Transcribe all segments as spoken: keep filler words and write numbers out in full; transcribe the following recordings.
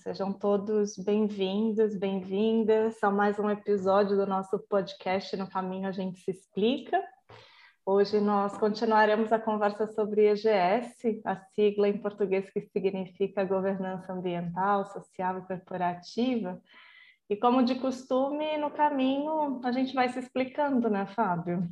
Sejam todos bem-vindos, bem-vindas a mais um episódio do nosso podcast No Caminho a Gente Se Explica. Hoje nós continuaremos a conversa sobre E G S, a sigla em português que significa Governança Ambiental, Social e Corporativa. E como de costume, no caminho a gente vai se explicando, né, Fábio?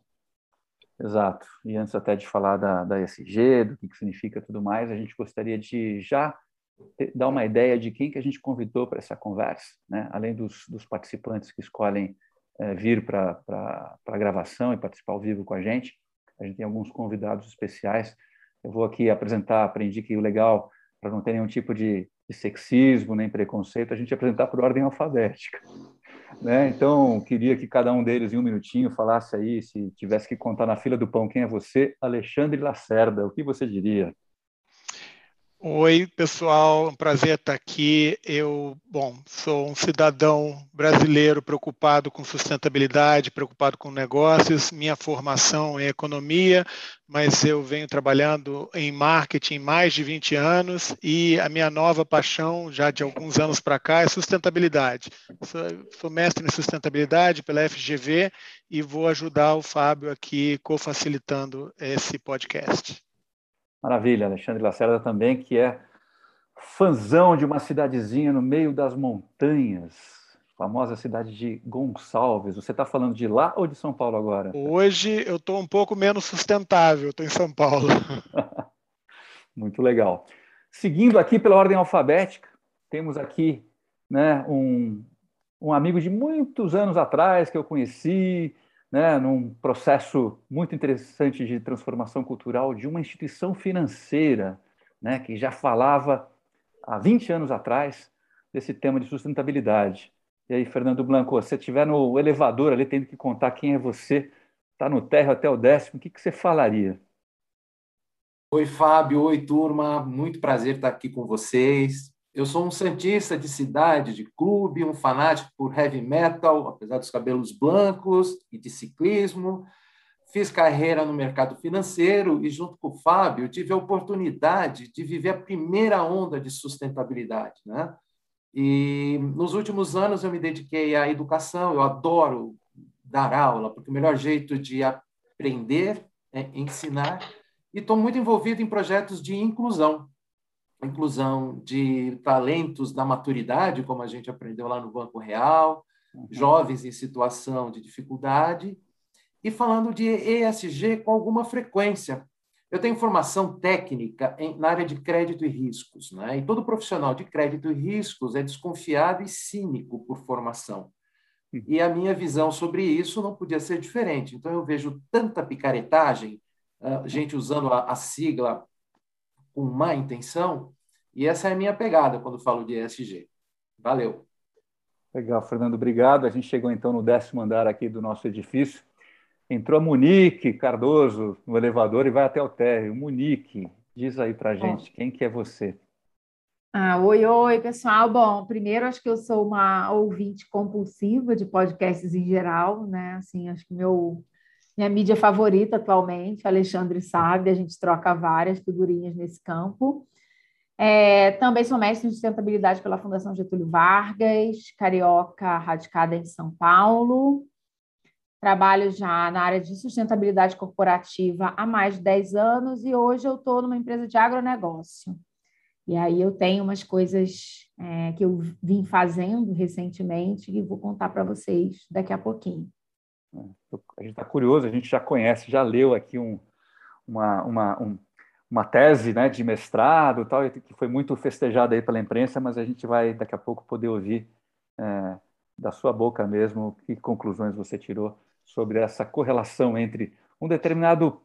Exato. E antes até de falar da, da E S G, do que, que significa tudo mais, a gente gostaria de já ter, dar uma ideia de quem que a gente convidou para essa conversa, né? Além dos, dos participantes que escolhem é, vir para a gravação e participar ao vivo com a gente, a gente tem alguns convidados especiais. Eu vou aqui apresentar, aprendi que o legal, para não ter nenhum tipo de, de sexismo nem preconceito, a gente apresentar por ordem alfabética. Né? Então, queria que cada um deles, em um minutinho, falasse aí, se tivesse que contar na fila do pão quem é você, Alexandre Lacerda, o que você diria? Oi, pessoal, um prazer estar aqui. Eu, bom, sou um cidadão brasileiro preocupado com sustentabilidade, preocupado com negócios. Minha formação é economia, mas eu venho trabalhando em marketing há mais de vinte anos e a minha nova paixão, já de alguns anos para cá, é sustentabilidade. Sou, sou mestre em sustentabilidade pela F G V e vou ajudar o Fábio aqui, co-facilitando esse podcast. Maravilha, Alexandre Lacerda também, que é fãzão de uma cidadezinha no meio das montanhas, famosa cidade de Gonçalves. Você está falando de lá ou de São Paulo agora? Hoje eu estou um pouco menos sustentável, estou em São Paulo. Muito legal. Seguindo aqui pela ordem alfabética, temos aqui, né, um, um amigo de muitos anos atrás que eu conheci, né, num processo muito interessante de transformação cultural de uma instituição financeira, né, que já falava há vinte anos atrás desse tema de sustentabilidade. E aí, Fernando Blanco, se você estiver no elevador ali tendo que contar quem é você, está no térreo até o décimo, o que, que você falaria? Oi, Fábio. Oi, turma. Muito prazer estar aqui com vocês. Eu sou um santista de cidade, de clube, um fanático por heavy metal, apesar dos cabelos blancos, e de ciclismo. Fiz carreira no mercado financeiro e, junto com o Fábio, tive a oportunidade de viver a primeira onda de sustentabilidade, né? E nos últimos anos eu me dediquei à educação. Eu adoro dar aula, porque o melhor jeito de aprender é ensinar. E estou muito envolvido em projetos de inclusão, inclusão de talentos da maturidade, como a gente aprendeu lá no Banco Real, uhum. Jovens em situação de dificuldade, e falando de E S G com alguma frequência. Eu tenho formação técnica em, na área de crédito e riscos, né? E todo profissional de crédito e riscos é desconfiado e cínico por formação. E a minha visão sobre isso não podia ser diferente. Então, eu vejo tanta picaretagem, gente usando a, a sigla com má intenção, e essa é a minha pegada quando falo de E S G. Valeu. Legal, Fernando, obrigado. A gente chegou então no décimo andar aqui do nosso edifício. Entrou a Monique Cardoso no elevador e vai até o térreo. Monique, diz aí pra gente, quem que é você? Ah, oi, oi, pessoal. Bom, primeiro acho que eu sou uma ouvinte compulsiva de podcasts em geral, né? Assim, acho que meu Minha mídia favorita atualmente, Alexandre sabe, a gente troca várias figurinhas nesse campo. É, também sou mestre em sustentabilidade pela Fundação Getúlio Vargas, carioca radicada em São Paulo. Trabalho já na área de sustentabilidade corporativa há mais de dez anos e hoje eu estou numa empresa de agronegócio. E aí eu tenho umas coisas é, que eu vim fazendo recentemente e vou contar para vocês daqui a pouquinho. A gente está curioso, a gente já conhece, já leu aqui um, uma, uma, um, uma tese, né, de mestrado, tal, que foi muito festejada aí pela imprensa, mas a gente vai daqui a pouco poder ouvir é, da sua boca mesmo que conclusões você tirou sobre essa correlação entre um determinado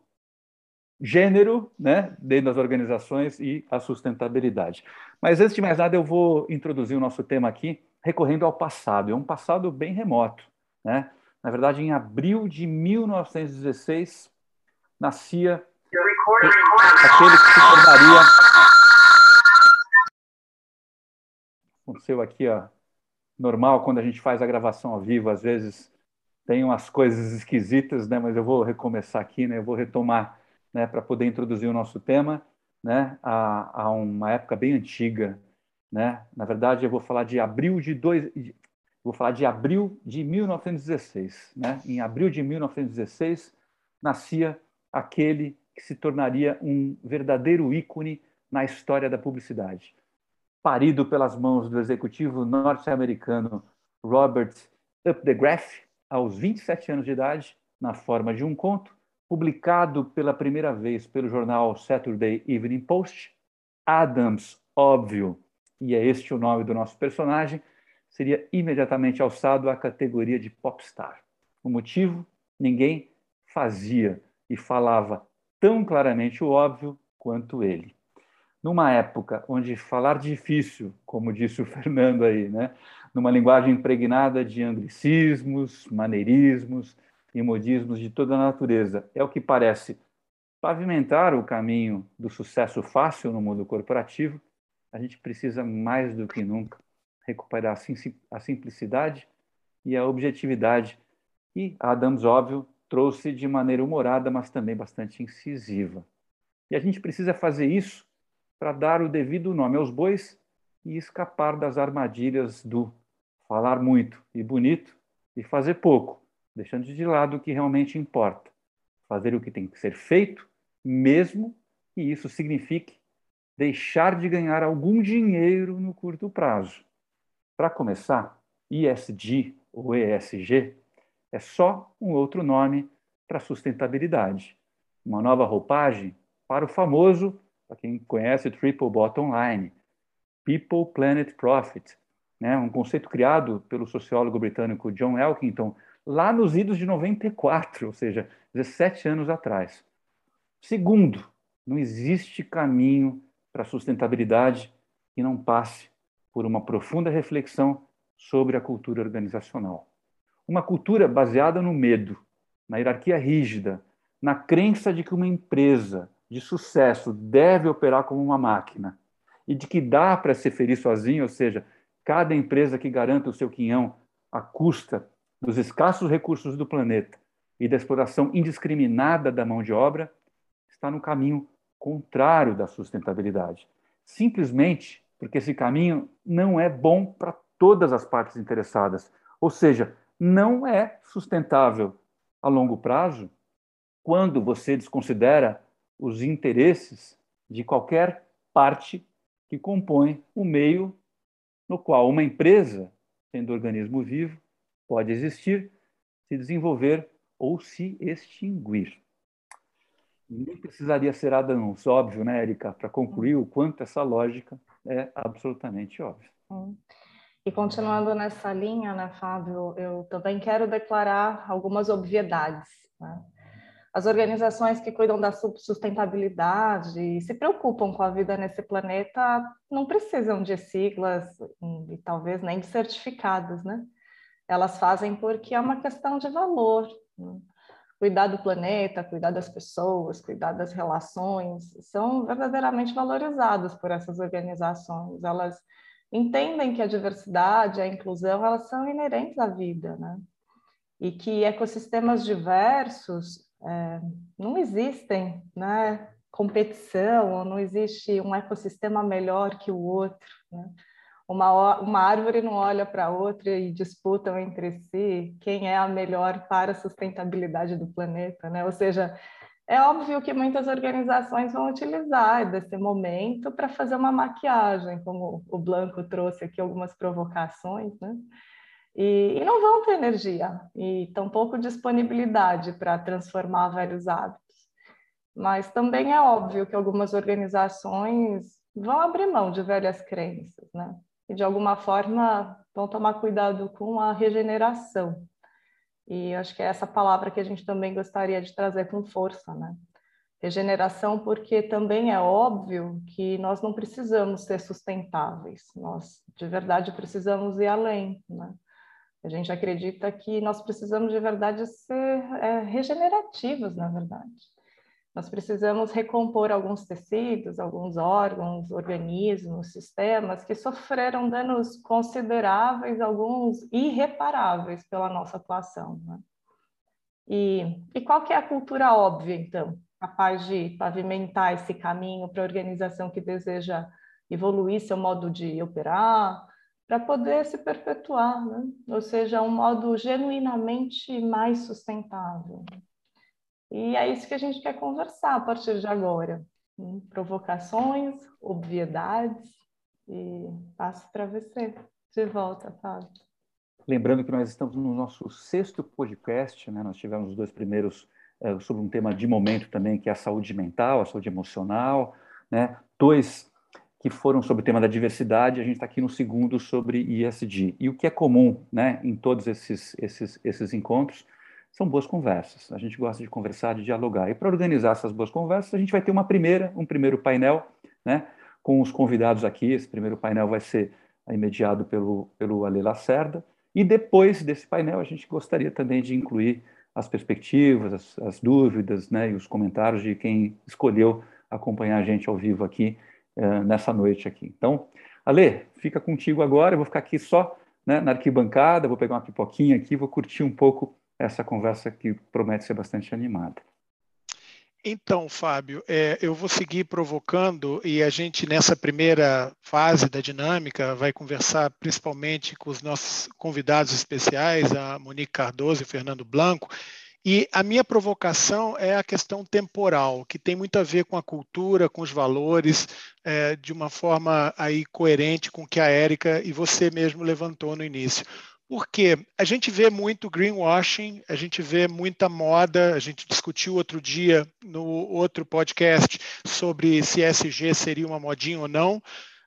gênero, né, dentro das organizações e a sustentabilidade. Mas antes de mais nada, eu vou introduzir o nosso tema aqui recorrendo ao passado. É um passado bem remoto, né? Na verdade, em abril de mil novecentos e dezesseis, nascia aquele que se tornaria... Aconteceu aqui, ó, normal, quando a gente faz a gravação ao vivo, às vezes tem umas coisas esquisitas, né? Mas eu vou recomeçar aqui, né? Eu vou retomar, né, para poder introduzir o nosso tema, né, a, a uma época bem antiga, né? Na verdade, eu vou falar de abril de dois, vou falar de abril de mil novecentos e dezesseis, né? Em abril de mil novecentos e dezesseis nascia aquele que se tornaria um verdadeiro ícone na história da publicidade. Parido pelas mãos do executivo norte-americano Robert Updegraff, aos vinte e sete anos de idade, na forma de um conto, publicado pela primeira vez pelo jornal Saturday Evening Post, Adams, óbvio, e é este o nome do nosso personagem, seria imediatamente alçado à categoria de popstar. O motivo? Ninguém fazia e falava tão claramente o óbvio quanto ele. Numa época onde falar difícil, como disse o Fernando aí, né? Numa linguagem impregnada de anglicismos, maneirismos e modismos de toda a natureza, é o que parece pavimentar o caminho do sucesso fácil no mundo corporativo, a gente precisa mais do que nunca recuperar a simplicidade e a objetividade. E Adams, óbvio, trouxe de maneira humorada, mas também bastante incisiva. E a gente precisa fazer isso para dar o devido nome aos bois e escapar das armadilhas do falar muito e bonito e fazer pouco, deixando de lado o que realmente importa. Fazer o que tem que ser feito, mesmo que isso signifique deixar de ganhar algum dinheiro no curto prazo. Para começar, E S G ou E S G é só um outro nome para sustentabilidade. Uma nova roupagem para o famoso, para quem conhece, Triple Bottom Line, People, Planet, Profit, né? Um conceito criado pelo sociólogo britânico John Elkington lá nos idos de noventa e quatro, ou seja, dezessete anos atrás. Segundo, não existe caminho para a sustentabilidade que não passe por uma profunda reflexão sobre a cultura organizacional. Uma cultura baseada no medo, na hierarquia rígida, na crença de que uma empresa de sucesso deve operar como uma máquina e de que dá para se ferir sozinho, ou seja, cada empresa que garanta o seu quinhão à custa dos escassos recursos do planeta e da exploração indiscriminada da mão de obra, está no caminho contrário da sustentabilidade. Simplesmente porque esse caminho não é bom para todas as partes interessadas. Ou seja, não é sustentável a longo prazo quando você desconsidera os interesses de qualquer parte que compõe o meio no qual uma empresa, sendo organismo vivo, pode existir, se desenvolver ou se extinguir. Nem precisaria ser Adams, óbvio, né, Érica, para concluir o quanto essa lógica é absolutamente óbvia. E continuando nessa linha, né, Fábio, eu também quero declarar algumas obviedades, né? As organizações que cuidam da sustentabilidade e se preocupam com a vida nesse planeta não precisam de siglas e talvez nem de certificados, né? Elas fazem porque é uma questão de valor, né? Cuidar do planeta, cuidar das pessoas, cuidar das relações, são verdadeiramente valorizados por essas organizações. Elas entendem que a diversidade, a inclusão, elas são inerentes à vida, né? E que ecossistemas diversos é, não existem, né? Competição, ou não existe um ecossistema melhor que o outro, né? Uma, uma árvore não olha para a outra e disputam entre si quem é a melhor para a sustentabilidade do planeta, né? Ou seja, é óbvio que muitas organizações vão utilizar desse momento para fazer uma maquiagem, como o Blanco trouxe aqui algumas provocações, né? E, e não vão ter energia e tampouco disponibilidade para transformar velhos hábitos. Mas também é óbvio que algumas organizações vão abrir mão de velhas crenças, né? E de alguma forma vão tomar cuidado com a regeneração. E acho que é essa palavra que a gente também gostaria de trazer com força, né? Regeneração, porque também é óbvio que nós não precisamos ser sustentáveis, nós de verdade precisamos ir além, né? A gente acredita que nós precisamos de verdade ser é, regenerativos, na verdade. Nós precisamos recompor alguns tecidos, alguns órgãos, organismos, sistemas que sofreram danos consideráveis, alguns irreparáveis pela nossa atuação, né? E, e qual que é a cultura óbvia, então, capaz de pavimentar esse caminho para a organização que deseja evoluir seu modo de operar, para poder se perpetuar, né? Ou seja, um modo genuinamente mais sustentável. E é isso que a gente quer conversar a partir de agora. Né? Provocações, obviedades, e passo para você. De volta, Fábio. Lembrando que nós estamos no nosso sexto podcast, né? Nós tivemos os dois primeiros uh, sobre um tema de momento também, que é a saúde mental, a saúde emocional, né? Dois que foram sobre o tema da diversidade, a gente está aqui no segundo sobre E S G. E o que é comum, né, em todos esses, esses, esses encontros são boas conversas. A gente gosta de conversar, de dialogar. E para organizar essas boas conversas, a gente vai ter uma primeira, um primeiro painel, né, com os convidados aqui. Esse primeiro painel vai ser mediado pelo, pelo Ale Lacerda. E depois desse painel, a gente gostaria também de incluir as perspectivas, as, as dúvidas, né, e os comentários de quem escolheu acompanhar a gente ao vivo aqui, uh, nessa noite aqui. Então, Ale, fica contigo agora. Eu vou ficar aqui só, né, na arquibancada, vou pegar uma pipoquinha aqui, vou curtir um pouco essa conversa que promete ser bastante animada. Então, Fábio, é, eu vou seguir provocando e a gente, nessa primeira fase da dinâmica, vai conversar principalmente com os nossos convidados especiais, a Monique Cardoso e o Fernando Blanco, e a minha provocação é a questão temporal, que tem muito a ver com a cultura, com os valores, é, de uma forma aí coerente com o que a Érica e você mesmo levantou no início. Porque a gente vê muito greenwashing, a gente vê muita moda, a gente discutiu outro dia no outro podcast sobre se E S G seria uma modinha ou não,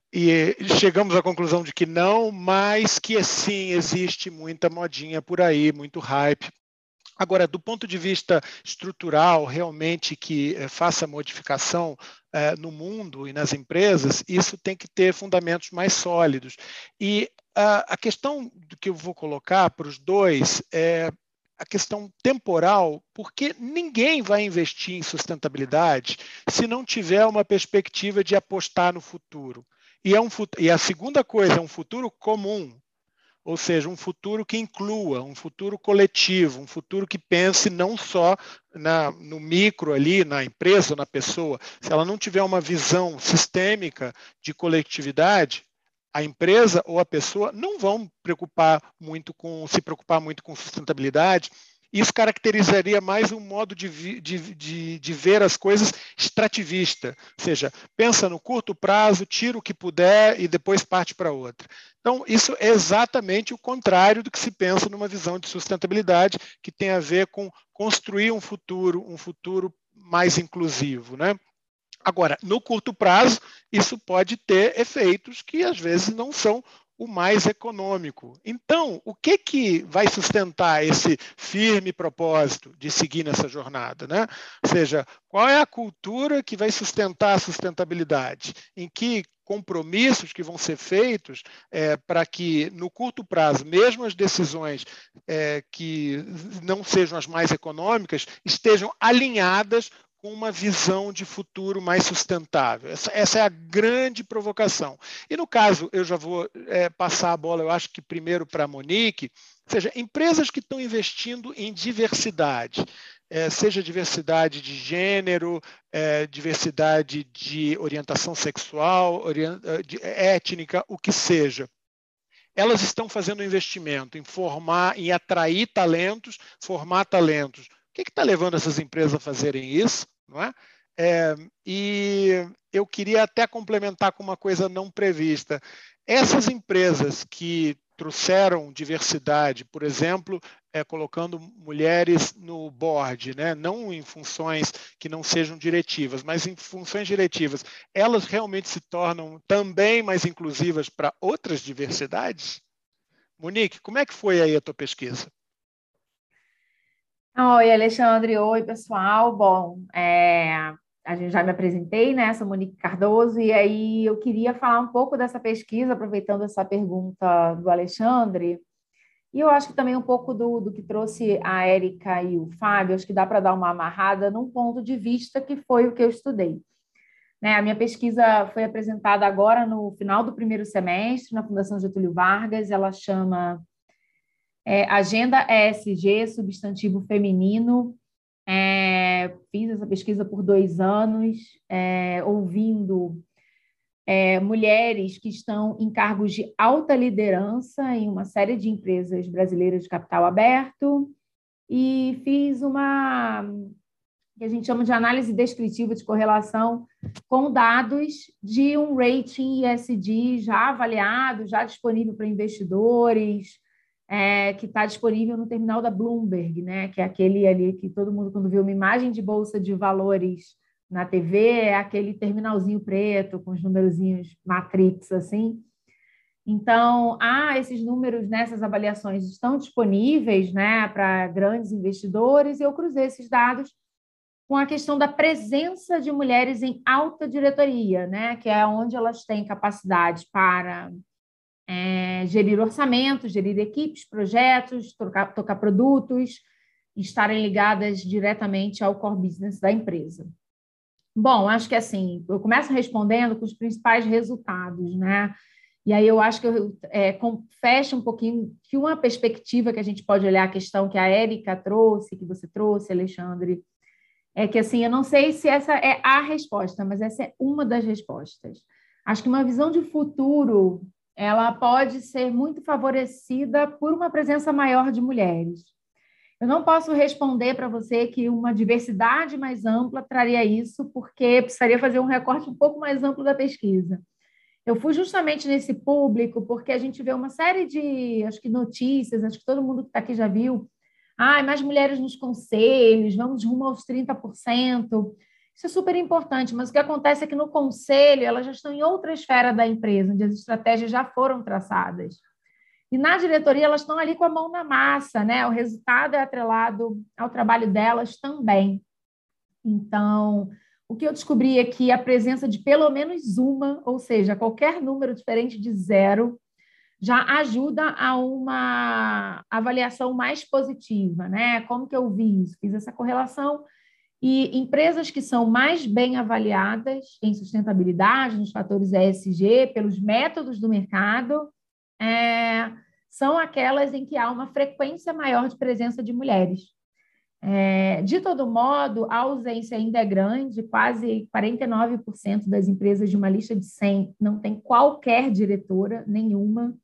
e chegamos à conclusão de que não, mas que sim, existe muita modinha por aí, muito hype. Agora, do ponto de vista estrutural, realmente que eh, faça modificação eh, no mundo e nas empresas, isso tem que ter fundamentos mais sólidos. E uh, a questão que eu vou colocar para os dois é a questão temporal, porque ninguém vai investir em sustentabilidade se não tiver uma perspectiva de apostar no futuro. E, é um, e a segunda coisa, é um futuro comum. Ou seja, um futuro que inclua, um futuro coletivo, um futuro que pense não só na, no micro ali, na empresa, na pessoa. Se ela não tiver uma visão sistêmica de coletividade, a empresa ou a pessoa não vão preocupar muito com, se preocupar muito com sustentabilidade. Isso caracterizaria mais um modo de, de, de, de ver as coisas extrativista, ou seja, pensa no curto prazo, tira o que puder e depois parte para outra. Então, isso é exatamente o contrário do que se pensa numa visão de sustentabilidade, que tem a ver com construir um futuro, um futuro mais inclusivo, né? Agora, no curto prazo, isso pode ter efeitos que às vezes não são o mais econômico. Então, o que, que vai sustentar esse firme propósito de seguir nessa jornada, né? Ou seja, qual é a cultura que vai sustentar a sustentabilidade? Em que compromissos que vão ser feitos é, para que, no curto prazo, mesmo as decisões é, que não sejam as mais econômicas, estejam alinhadas com uma visão de futuro mais sustentável. Essa, essa é a grande provocação. E no caso, eu já vou é, passar a bola, eu acho que primeiro para a Monique, ou seja, empresas que estão investindo em diversidade, é, seja diversidade de gênero, é, diversidade de orientação sexual, orient, de, étnica, o que seja. Elas estão fazendo um investimento em formar, em atrair talentos, formar talentos. O que está levando essas empresas a fazerem isso? Não é? É, e eu queria até complementar com uma coisa não prevista. Essas empresas que trouxeram diversidade, por exemplo, é, colocando mulheres no board, né? Não em funções que não sejam diretivas, mas em funções diretivas, elas realmente se tornam também mais inclusivas para outras diversidades? Monique, como é que foi aí a tua pesquisa? Oi, Alexandre. Oi, pessoal. Bom, é, a gente já me apresentei, né? Sou Monique Cardoso, e aí eu queria falar um pouco dessa pesquisa, aproveitando essa pergunta do Alexandre, e eu acho que também um pouco do, do que trouxe a Érica e o Fábio, acho que dá para dar uma amarrada num ponto de vista que foi o que eu estudei. Né, a minha pesquisa foi apresentada agora no final do primeiro semestre, na Fundação Getúlio Vargas, ela chama É, Agenda E S G, substantivo feminino. É, fiz essa pesquisa por dois anos, é, ouvindo é, mulheres que estão em cargos de alta liderança em uma série de empresas brasileiras de capital aberto e fiz uma, que a gente chama de análise descritiva de correlação com dados de um rating E S G já avaliado, já disponível para investidores, é, que está disponível no terminal da Bloomberg, né? Que é aquele ali que todo mundo, quando vê uma imagem de bolsa de valores na T V, é aquele terminalzinho preto com os numerozinhos Matrix, assim. Então, ah, esses números nessas avaliações estão disponíveis, né, para grandes investidores, e eu cruzei esses dados com a questão da presença de mulheres em alta diretoria, né, que é onde elas têm capacidade para é, gerir orçamentos, gerir equipes, projetos, tocar, tocar produtos, estarem ligadas diretamente ao core business da empresa. Bom, acho que assim, eu começo respondendo com os principais resultados, né? E aí eu acho que eu é, com, fecho um pouquinho que uma perspectiva que a gente pode olhar a questão que a Érica trouxe, que você trouxe, Alexandre, é que assim, eu não sei se essa é a resposta, mas essa é uma das respostas. Acho que uma visão de futuro, ela pode ser muito favorecida por uma presença maior de mulheres. Eu não posso responder para você que uma diversidade mais ampla traria isso, porque precisaria fazer um recorte um pouco mais amplo da pesquisa. Eu fui justamente nesse público porque a gente vê uma série de, acho que notícias, acho que todo mundo que está aqui já viu, ah, mais mulheres nos conselhos, vamos rumo aos trinta por cento. Isso é super importante, mas o que acontece é que no conselho elas já estão em outra esfera da empresa, onde as estratégias já foram traçadas. E na diretoria elas estão ali com a mão na massa, né? O resultado é atrelado ao trabalho delas também. Então, o que eu descobri é que a presença de pelo menos uma, ou seja, qualquer número diferente de zero, já ajuda a uma avaliação mais positiva, né? Como que eu vi isso? Fiz essa correlação e empresas que são mais bem avaliadas em sustentabilidade, nos fatores E S G, pelos métodos do mercado, é, são aquelas em que há uma frequência maior de presença de mulheres. É, de todo modo, a ausência ainda é grande, quase quarenta e nove por cento das empresas de uma lista de cem não tem qualquer diretora, nenhuma.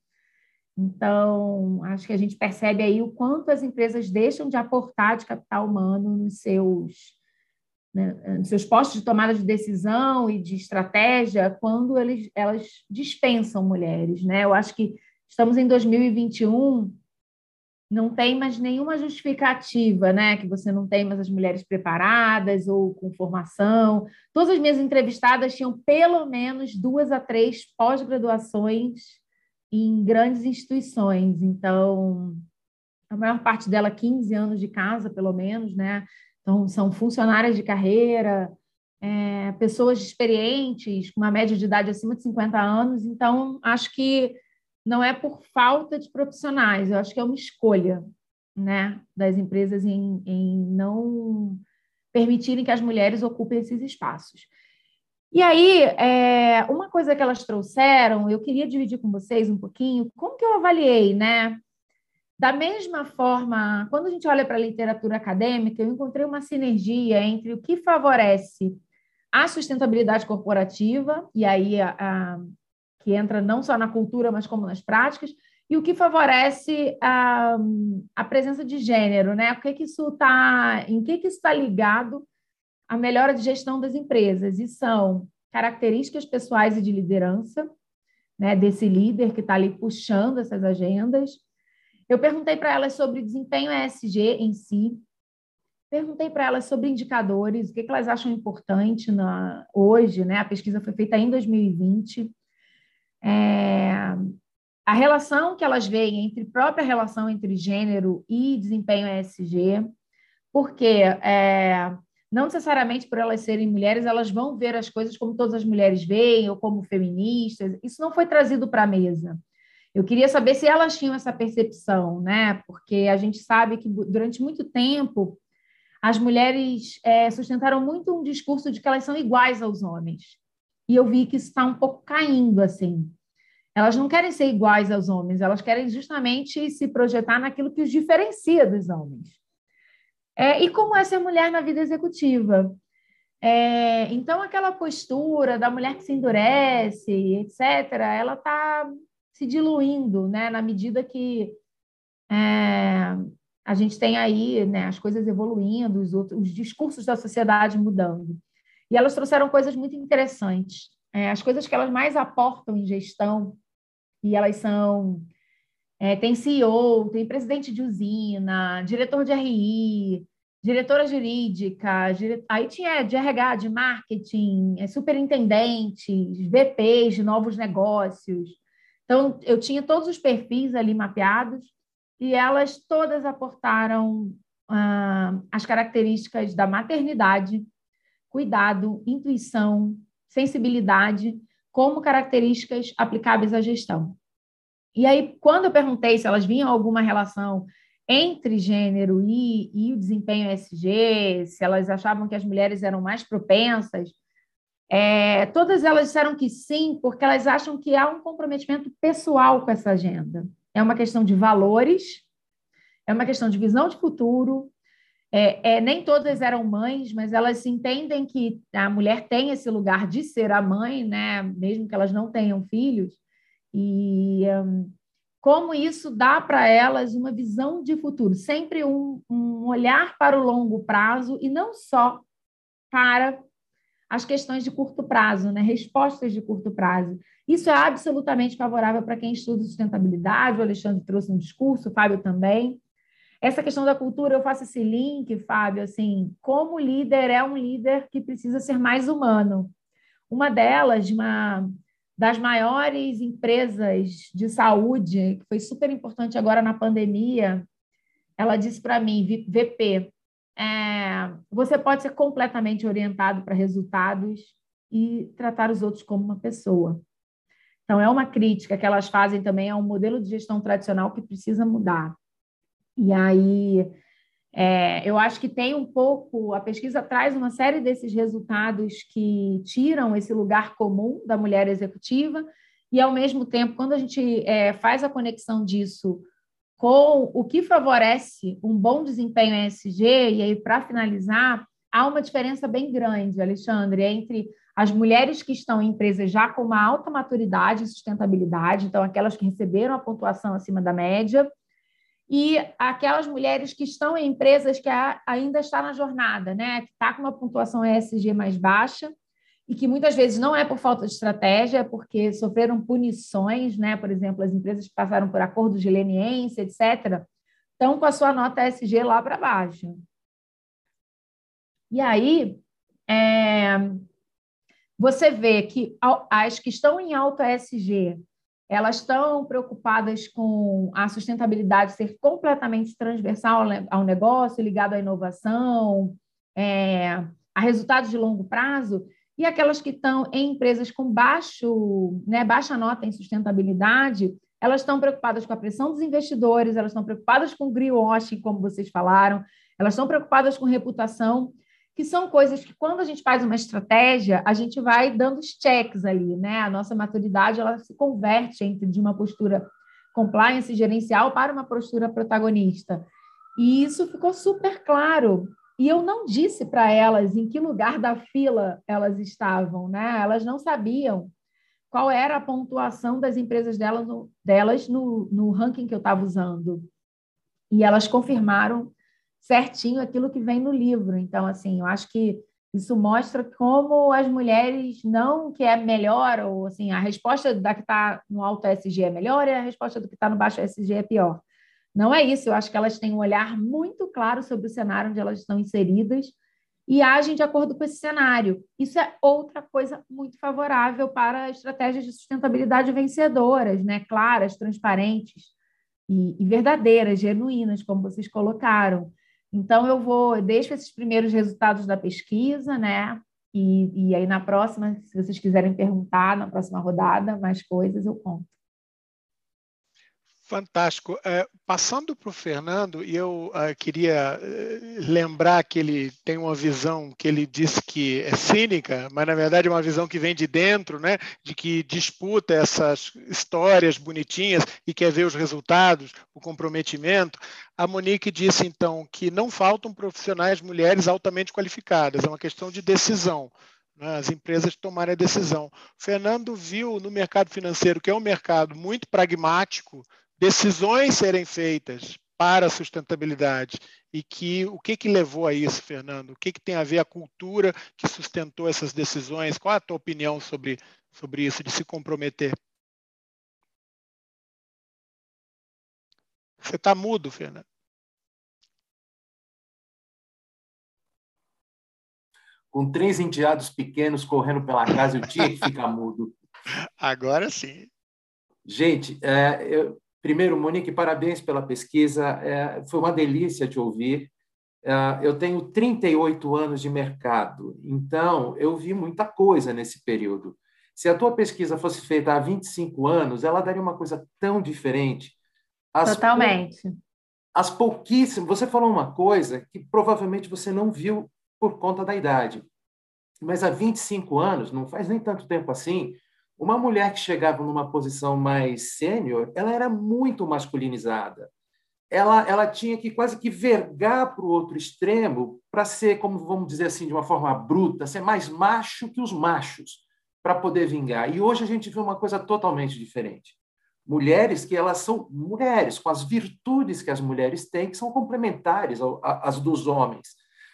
Então, acho que a gente percebe aí o quanto as empresas deixam de aportar de capital humano nos seus, né, nos seus postos de tomada de decisão e de estratégia quando eles, elas dispensam mulheres, né? Eu acho que estamos em dois mil e vinte e um, não tem mais nenhuma justificativa, né? Que você não tem mais as mulheres preparadas ou com formação. Todas as minhas entrevistadas tinham pelo menos duas a três pós-graduações em grandes instituições. Então, a maior parte dela, quinze anos de casa, pelo menos, né? Então, são funcionárias de carreira, é, pessoas experientes, com uma média de idade acima de cinquenta anos. Então, acho que não é por falta de profissionais, eu acho que é uma escolha, né, das empresas em, em não permitirem que as mulheres ocupem esses espaços. E aí, é, uma coisa que elas trouxeram, eu queria dividir com vocês um pouquinho, como que eu avaliei, né? Da mesma forma, quando a gente olha para a literatura acadêmica, eu encontrei uma sinergia entre o que favorece a sustentabilidade corporativa, e aí a, a que entra não só na cultura, mas como nas práticas, e o que favorece a, a presença de gênero, né? O que que isso tá, em que, que isso está ligado à melhora de gestão das empresas? E são características pessoais e de liderança, né, desse líder que está ali puxando essas agendas. Eu perguntei para elas sobre desempenho E S G em si, perguntei para elas sobre indicadores, o que, que elas acham importante na, hoje, né? A pesquisa foi feita em dois mil e vinte. É, a relação que elas veem entre própria relação entre gênero e desempenho E S G, porque é, não necessariamente por elas serem mulheres, elas vão ver as coisas como todas as mulheres veem, ou como feministas. Isso não foi trazido para a mesa. Eu queria saber se elas tinham essa percepção, né? Porque a gente sabe que durante muito tempo as mulheres é, sustentaram muito um discurso de que elas são iguais aos homens. E eu vi que isso está um pouco caindo, assim. Elas não querem ser iguais aos homens, elas querem justamente se projetar naquilo que os diferencia dos homens. É, e como é ser mulher na vida executiva? É, então, aquela postura da mulher que se endurece, etcétera, ela está se diluindo, né, na medida que é, a gente tem aí, né, as coisas evoluindo, os, outros, os discursos da sociedade mudando. E elas trouxeram coisas muito interessantes. É, as coisas que elas mais aportam em gestão, e elas são... É, tem C E O, tem presidente de usina, diretor de R I, diretora jurídica, dire... aí tinha de R H, de marketing, é, superintendentes, V Ps de novos negócios. Então, eu tinha todos os perfis ali mapeados e elas todas aportaram ah, as características da maternidade, cuidado, intuição, sensibilidade, como características aplicáveis à gestão. E aí, quando eu perguntei se elas viam alguma relação entre gênero e, e o desempenho E S G, se elas achavam que as mulheres eram mais propensas, é, todas elas disseram que sim, porque elas acham que há um comprometimento pessoal com essa agenda. É uma questão de valores, é uma questão de visão de futuro. É, é, nem todas eram mães, mas elas entendem que a mulher tem esse lugar de ser a mãe, né? Mesmo que elas não tenham filhos. E um, como isso dá para elas uma visão de futuro, sempre um, um olhar para o longo prazo e não só para as questões de curto prazo, né? Respostas de curto prazo. Isso é absolutamente favorável para quem estuda sustentabilidade, o Alexandre trouxe um discurso, o Fábio também. Essa questão da cultura, eu faço esse link, Fábio, assim, como líder é um líder que precisa ser mais humano. Uma delas, uma das maiores empresas de saúde, que foi super importante agora na pandemia, ela disse para mim, V P, é, você pode ser completamente orientado para resultados e tratar os outros como uma pessoa. Então, é uma crítica que elas fazem também a um modelo de gestão tradicional que precisa mudar. E aí, é, eu acho que tem um pouco, a pesquisa traz uma série desses resultados que tiram esse lugar comum da mulher executiva e, ao mesmo tempo, quando a gente é, faz a conexão disso com o que favorece um bom desempenho E S G, e aí, para finalizar, há uma diferença bem grande, Alexandre, entre as mulheres que estão em empresas já com uma alta maturidade e sustentabilidade, então aquelas que receberam a pontuação acima da média, e aquelas mulheres que estão em empresas que ainda estão na jornada, né? Que está com uma pontuação E S G mais baixa e que muitas vezes não é por falta de estratégia, é porque sofreram punições, né? Por exemplo, as empresas que passaram por acordos de leniência, etcétera, estão com a sua nota E S G lá para baixo. E aí, é, você vê que as que estão em alto E S G, elas estão preocupadas com a sustentabilidade ser completamente transversal ao negócio, ligado à inovação, é, a resultados de longo prazo, e aquelas que estão em empresas com baixo, né, baixa nota em sustentabilidade, elas estão preocupadas com a pressão dos investidores, elas estão preocupadas com o greenwashing, como vocês falaram, elas estão preocupadas com reputação, que são coisas que, quando a gente faz uma estratégia, a gente vai dando os checks ali, né? A nossa maturidade, ela se converte entre de uma postura compliance gerencial para uma postura protagonista. E isso ficou super claro. E eu não disse para elas em que lugar da fila elas estavam, né? Elas não sabiam qual era a pontuação das empresas delas no, delas no, no ranking que eu estava usando. E elas confirmaram certinho aquilo que vem no livro. Então, assim, eu acho que isso mostra como as mulheres não que é melhor, ou assim, a resposta da que está no alto E S G é melhor e a resposta do que está no baixo E S G é pior. Não é isso, eu acho que elas têm um olhar muito claro sobre o cenário onde elas estão inseridas e agem de acordo com esse cenário. Isso é outra coisa muito favorável para estratégias de sustentabilidade vencedoras, né? Claras, transparentes e, e verdadeiras, genuínas, como vocês colocaram. Então, eu vou, eu deixo esses primeiros resultados da pesquisa, né? E, e aí, na próxima, se vocês quiserem perguntar, na próxima rodada, mais coisas, eu conto. Fantástico. É, passando para o Fernando, e eu uh, queria uh, lembrar que ele tem uma visão que ele disse que é cínica, mas na verdade é uma visão que vem de dentro, né? De que disputa essas histórias bonitinhas e quer ver os resultados, o comprometimento. A Monique disse, então, que não faltam profissionais mulheres altamente qualificadas, é uma questão de decisão. As empresas tomarem a decisão. O Fernando viu no mercado financeiro, que é um mercado muito pragmático, decisões serem feitas para a sustentabilidade. E que, o que, que levou a isso, Fernando? O que, que tem a ver a cultura que sustentou essas decisões? Qual a tua opinião sobre, sobre isso, de se comprometer? Você está mudo, Fernando. Com três enteados pequenos correndo pela casa, eu tinha que ficar mudo. Agora sim. Gente, é, eu, primeiro, Monique, parabéns pela pesquisa. É, foi uma delícia te ouvir. É, eu tenho trinta e oito anos de mercado, então eu vi muita coisa nesse período. Se a tua pesquisa fosse feita há vinte e cinco anos, ela daria uma coisa tão diferente. As Totalmente. Pou... As pouquíssimas... Você falou uma coisa que provavelmente você não viu por conta da idade. Mas há vinte e cinco anos, não faz nem tanto tempo assim, uma mulher que chegava numa posição mais sênior, ela era muito masculinizada. Ela, ela tinha que quase que vergar para o outro extremo para ser, como vamos dizer assim, de uma forma bruta, ser mais macho que os machos, para poder vingar. E hoje a gente vê uma coisa totalmente diferente. Mulheres que elas são mulheres, com as virtudes que as mulheres têm, que são complementares às dos homens.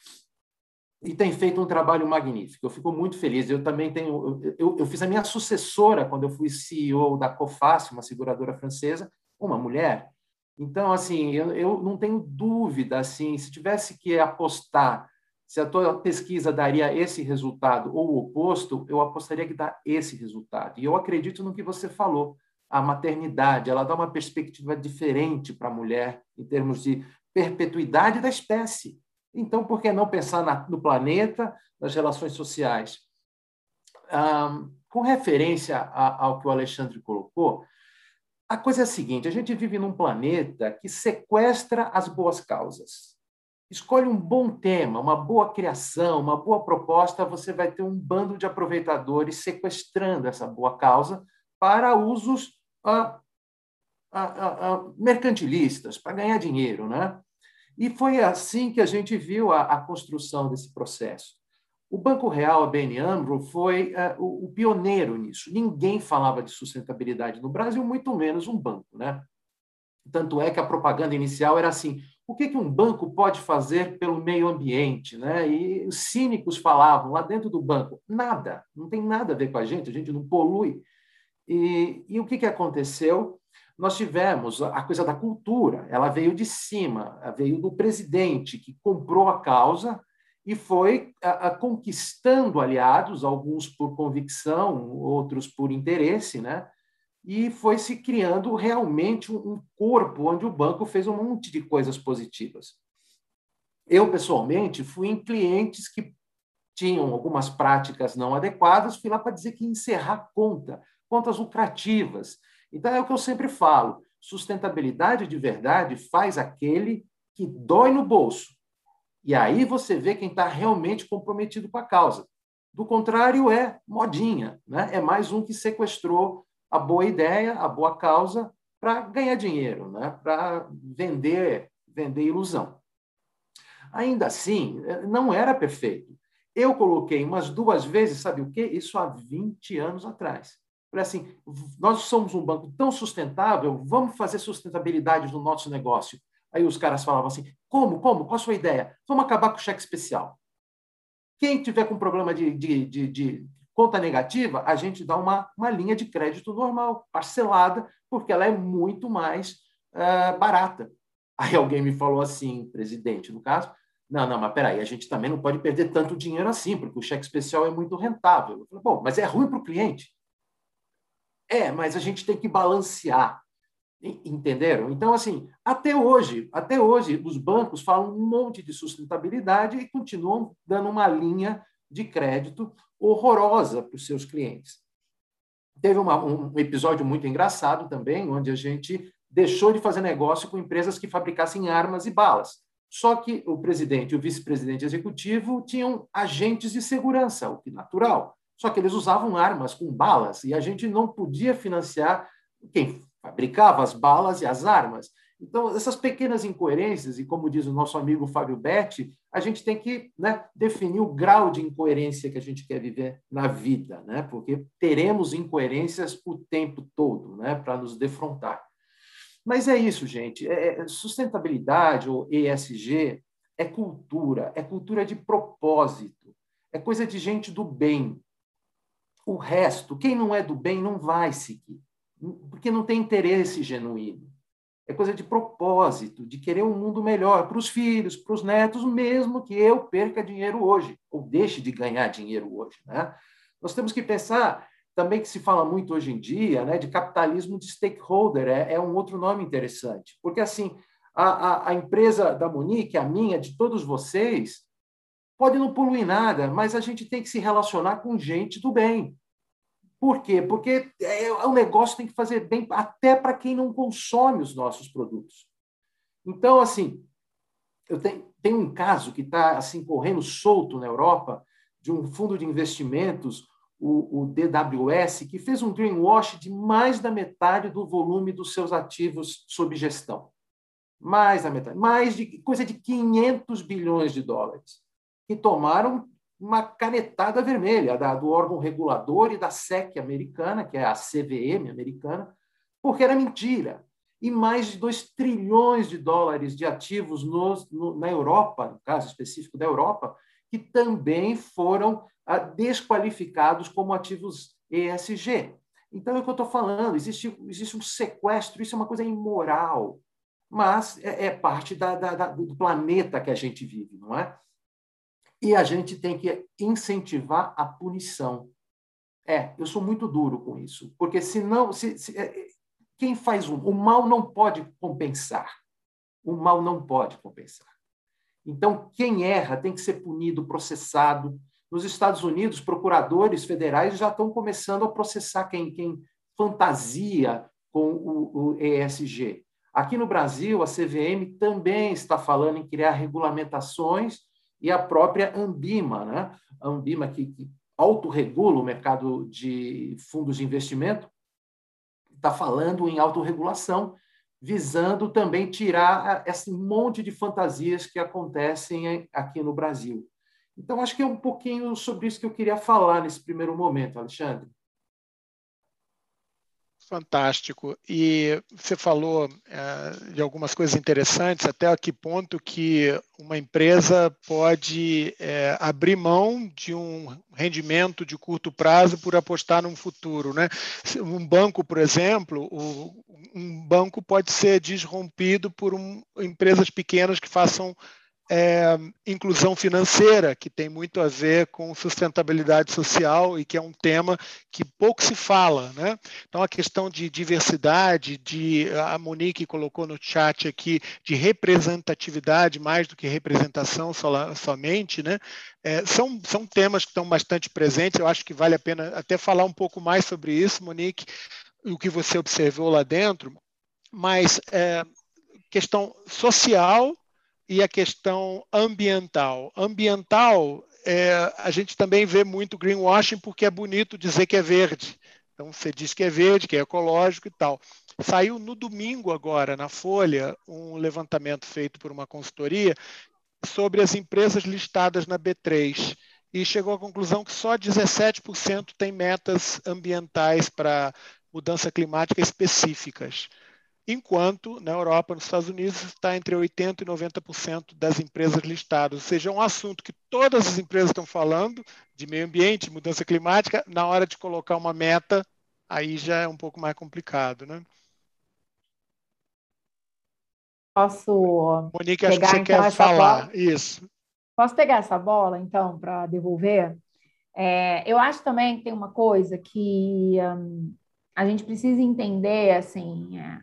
E tem feito um trabalho magnífico. Eu fico muito feliz. Eu também tenho... Eu, eu fiz a minha sucessora, quando eu fui C E O da Coface, uma seguradora francesa, uma mulher. Então, assim, eu, eu não tenho dúvida, assim, se tivesse que apostar se a tua pesquisa daria esse resultado ou o oposto, eu apostaria que dá esse resultado. E eu acredito no que você falou. A maternidade, ela dá uma perspectiva diferente para a mulher em termos de perpetuidade da espécie. Então, por que não pensar na, no planeta, nas relações sociais? Ah, com referência a, ao que o Alexandre colocou, a coisa é a seguinte, a gente vive num planeta que sequestra as boas causas. Escolhe um bom tema, uma boa criação, uma boa proposta, você vai ter um bando de aproveitadores sequestrando essa boa causa para usos ah, ah, ah, mercantilistas, para ganhar dinheiro, né? E foi assim que a gente viu a, a construção desse processo. O Banco Real, a A B N AMRO, foi uh, o, o pioneiro nisso. Ninguém falava de sustentabilidade no Brasil, muito menos um banco, né? Tanto é que a propaganda inicial era assim, o que, que um banco pode fazer pelo meio ambiente, né? E os cínicos falavam lá dentro do banco, nada, não tem nada a ver com a gente, a gente não polui. E, e o que, que aconteceu? Nós tivemos a coisa da cultura, ela veio de cima, veio do presidente, que comprou a causa e foi a, a, conquistando aliados, alguns por convicção, outros por interesse, né? E foi se criando realmente um corpo onde o banco fez um monte de coisas positivas. Eu, pessoalmente, fui em clientes que tinham algumas práticas não adequadas, fui lá para dizer que ia encerrar conta, contas lucrativas. Então, é o que eu sempre falo, sustentabilidade de verdade faz aquele que dói no bolso. E aí você vê quem está realmente comprometido com a causa. Do contrário, é modinha, né? É mais um que sequestrou a boa ideia, a boa causa, para ganhar dinheiro, né? Para vender, vender ilusão. Ainda assim, não era perfeito. Eu coloquei umas duas vezes, sabe o quê? Isso há vinte anos atrás. Falei assim, nós somos um banco tão sustentável, vamos fazer sustentabilidade no nosso negócio. Aí os caras falavam assim, como, como, qual a sua ideia? Vamos acabar com o cheque especial. Quem tiver com problema de, de, de, de conta negativa, a gente dá uma, uma linha de crédito normal, parcelada, porque ela é muito mais uh, barata. Aí alguém me falou assim, presidente, no caso, não, não, mas peraí, a gente também não pode perder tanto dinheiro assim, porque o cheque especial é muito rentável. Eu falei, bom, mas é ruim para o cliente. É, mas a gente tem que balancear. Entenderam? Então, assim, até hoje, até hoje, os bancos falam um monte de sustentabilidade e continuam dando uma linha de crédito horrorosa para os seus clientes. Teve uma, um episódio muito engraçado também, onde a gente deixou de fazer negócio com empresas que fabricassem armas e balas. Só que o presidente e o vice-presidente executivo tinham agentes de segurança, o que é natural. Só que eles usavam armas com balas e a gente não podia financiar quem fabricava as balas e as armas. Então, essas pequenas incoerências, e como diz o nosso amigo Fábio Betti, a gente tem que, né, definir o grau de incoerência que a gente quer viver na vida, né? Porque teremos incoerências o tempo todo, né, para nos defrontar. Mas é isso, gente. É, sustentabilidade, ou E S G, é cultura, é cultura de propósito, é coisa de gente do bem. O resto, quem não é do bem, não vai seguir, porque não tem interesse genuíno. É coisa de propósito, de querer um mundo melhor para os filhos, para os netos, mesmo que eu perca dinheiro hoje, ou deixe de ganhar dinheiro hoje, né? Nós temos que pensar também, que se fala muito hoje em dia, né, de capitalismo de stakeholder, é, é um outro nome interessante, porque assim, a, a, a empresa da Monique, a minha, de todos vocês, pode não poluir nada, mas a gente tem que se relacionar com gente do bem. Por quê? Porque é, o negócio tem que fazer bem até para quem não consome os nossos produtos. Então, assim, eu tenho, tenho um caso que está assim, correndo solto na Europa, de um fundo de investimentos, o, o D W S, que fez um greenwash de mais da metade do volume dos seus ativos sob gestão. Mais da metade. Mais de coisa de quinhentos bilhões de dólares. Que tomaram uma canetada vermelha da, do órgão regulador e da S E C americana, que é a C V M americana, porque era mentira. E mais de dois trilhões de dólares de ativos nos, no, na Europa, no caso específico da Europa, que também foram ah, desqualificados como ativos E S G. Então, é o que eu estou falando, existe, existe um sequestro, isso é uma coisa imoral, mas é, é parte da, da, da, do planeta que a gente vive, não é? E a gente tem que incentivar a punição. É, eu sou muito duro com isso, porque senão, se, se, quem faz um, o mal não pode compensar. O mal não pode compensar. Então, quem erra tem que ser punido, processado. Nos Estados Unidos, procuradores federais já estão começando a processar quem, quem fantasia com o, o E S G. Aqui no Brasil, a C V M também está falando em criar regulamentações e a própria Ambima, né? A Ambima que, que autorregula o mercado de fundos de investimento, está falando em autorregulação, visando também tirar esse monte de fantasias que acontecem aqui no Brasil. Então, acho que é um pouquinho sobre isso que eu queria falar nesse primeiro momento, Alexandre. Fantástico. E você falou é, de algumas coisas interessantes, até a que ponto que uma empresa pode é, abrir mão de um rendimento de curto prazo por apostar num futuro, né? Um banco, por exemplo, o, um banco pode ser disrompido por um, empresas pequenas que façam É, inclusão financeira, que tem muito a ver com sustentabilidade social e que é um tema que pouco se fala, né? Então, a questão de diversidade, de, a Monique colocou no chat aqui, de representatividade, mais do que representação só, somente, né? É, são, são temas que estão bastante presentes, eu acho que vale a pena até falar um pouco mais sobre isso, Monique, o que você observou lá dentro, mas é, questão social e a questão ambiental. Ambiental, é, a gente também vê muito greenwashing porque é bonito dizer que é verde. Então, você diz que é verde, que é ecológico e tal. Saiu no domingo agora, na Folha, um levantamento feito por uma consultoria sobre as empresas listadas na B três e chegou à conclusão que só dezessete por cento tem metas ambientais para mudança climática específicas. Enquanto na Europa, nos Estados Unidos, está entre oitenta por cento e noventa por cento das empresas listadas. Ou seja, é um assunto que todas as empresas estão falando, de meio ambiente, mudança climática, na hora de colocar uma meta, aí já é um pouco mais complicado, né? Posso Monique, acho que pegar, você então, quer essa falar. bola? Isso. Posso pegar essa bola, então, para devolver? É, eu acho também que tem uma coisa que hum, a gente precisa entender, assim, é,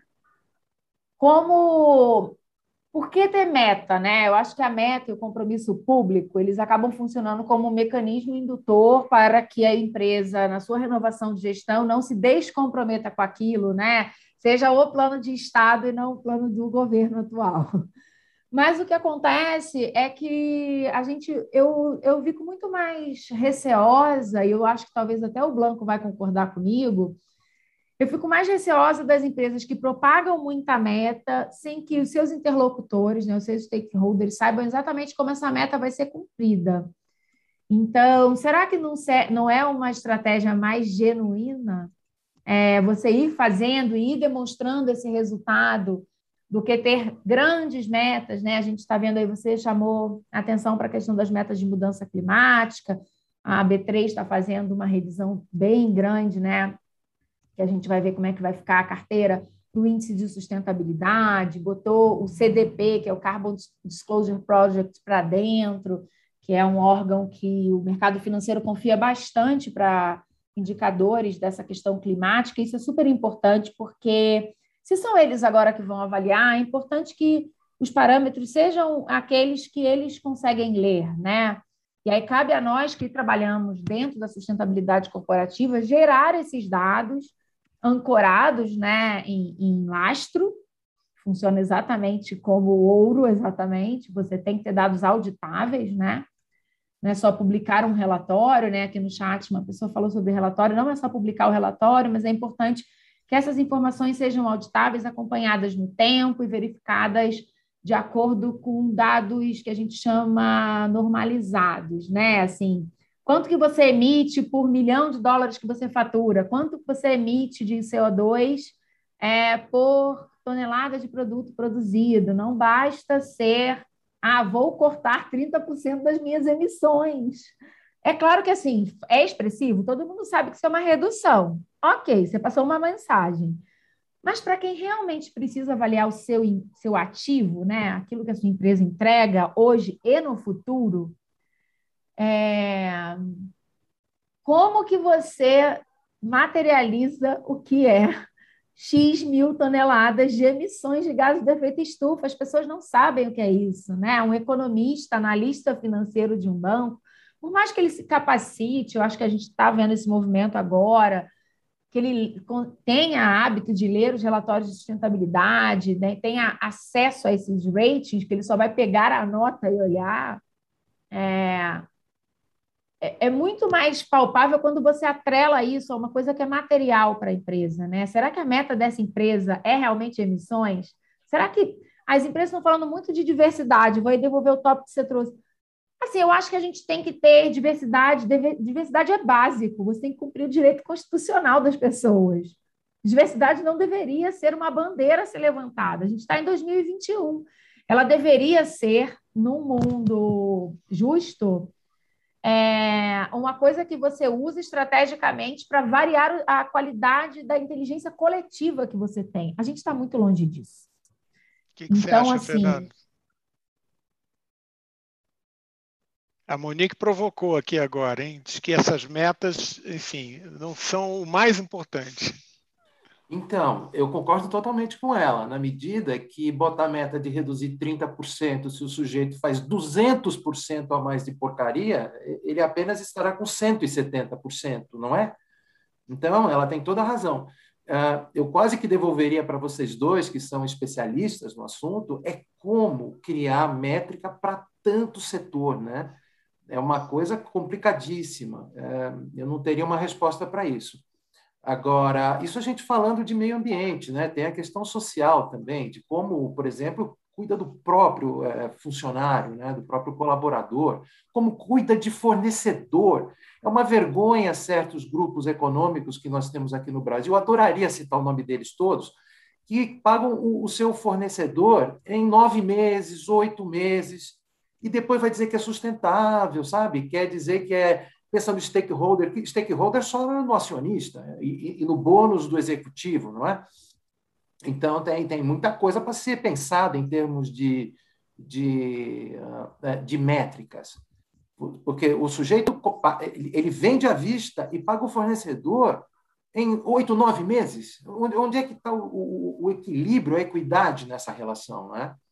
como... Por que ter meta, né? Eu acho que a meta e o compromisso público, eles acabam funcionando como um mecanismo indutor para que a empresa, na sua renovação de gestão, não se descomprometa com aquilo, né? seja o plano de Estado e não o plano do governo atual. Mas o que acontece é que a gente, eu, eu fico muito mais receosa, e eu acho que talvez até o Blanco vai concordar comigo, eu fico mais receosa das empresas que propagam muita meta sem que os seus interlocutores, né, os seus stakeholders, saibam exatamente como essa meta vai ser cumprida. Então, será que não, não é uma estratégia mais genuína é, você ir fazendo e ir demonstrando esse resultado do que ter grandes metas, né? A gente está vendo aí, você chamou atenção para a questão das metas de mudança climática, a B três está fazendo uma revisão bem grande, né? Que a gente vai ver como é que vai ficar a carteira do índice de sustentabilidade, botou o C D P, que é o Carbon Disclosure Project, para dentro, que é um órgão que o mercado financeiro confia bastante para indicadores dessa questão climática. Isso é super importante, porque se são eles agora que vão avaliar, é importante que os parâmetros sejam aqueles que eles conseguem ler, né? E aí cabe a nós que trabalhamos dentro da sustentabilidade corporativa gerar esses dados ancorados, né, em, em lastro. Funciona exatamente como o ouro, exatamente. Você tem que ter dados auditáveis, né? Não é só publicar um relatório, né? Aqui no chat uma pessoa falou sobre relatório, não é só publicar o relatório, mas é importante que essas informações sejam auditáveis, acompanhadas no tempo e verificadas de acordo com dados que a gente chama normalizados, né? Assim, quanto que você emite por milhão de dólares que você fatura? Quanto que você emite de C O dois é, por tonelada de produto produzido? Não basta ser, ah, vou cortar trinta por cento das minhas emissões. É claro que, assim, é expressivo, todo mundo sabe que isso é uma redução. Ok, você passou uma mensagem. Mas para quem realmente precisa avaliar o seu, seu ativo, né, aquilo que a sua empresa entrega hoje e no futuro, é... como que você materializa o que é X mil toneladas de emissões de gases de efeito estufa? As pessoas não sabem o que é isso, né? Um economista, analista financeiro de um banco, por mais que ele se capacite, eu acho que a gente está vendo esse movimento agora, que ele tenha hábito de ler os relatórios de sustentabilidade, né, tenha acesso a esses ratings, que ele só vai pegar a nota e olhar, é, é muito mais palpável quando você atrela isso a uma coisa que é material para a empresa, né? Será que a meta dessa empresa é realmente emissões? Será que as empresas estão falando muito de diversidade? Vou aí devolver o tópico que você trouxe. Assim, eu acho que a gente tem que ter diversidade. Diversidade é básico. Você tem que cumprir o direito constitucional das pessoas. Diversidade não deveria ser uma bandeira a ser levantada. A gente está em dois mil e vinte e um. Ela deveria ser, num mundo justo, é uma coisa que você usa estrategicamente para variar a qualidade da inteligência coletiva que você tem. A gente está muito longe disso. O que, que então, você acha, assim, Fernando? A Monique provocou aqui agora, hein? Diz que essas metas, enfim, não são o mais importante. Então, eu concordo totalmente com ela, na medida que botar a meta de reduzir trinta por cento se o sujeito faz duzentos por cento a mais de porcaria, ele apenas estará com cento e setenta por cento, não é? Então, ela tem toda a razão. Eu quase que devolveria para vocês dois, que são especialistas no assunto, é como criar métrica para tanto setor, né? É uma coisa complicadíssima. Eu não teria uma resposta para isso. Agora, isso a gente falando de meio ambiente, né? Tem a questão social também, de como, por exemplo, cuida do próprio é, funcionário, né? Do próprio colaborador, como cuida de fornecedor. É uma vergonha certos grupos econômicos que nós temos aqui no Brasil, eu adoraria citar o nome deles todos, que pagam o, o seu fornecedor em nove meses, oito meses, e depois vai dizer que é sustentável, sabe? Quer dizer que é... Pensa no stakeholder, stakeholder só no acionista e, e no bônus do executivo, não é? Então, tem, tem muita coisa para ser pensada em termos de, de, de métricas. Porque o sujeito ele vende à vista e paga o fornecedor em oito, nove meses. Onde é que está o, o, o equilíbrio, a equidade nessa relação, não é?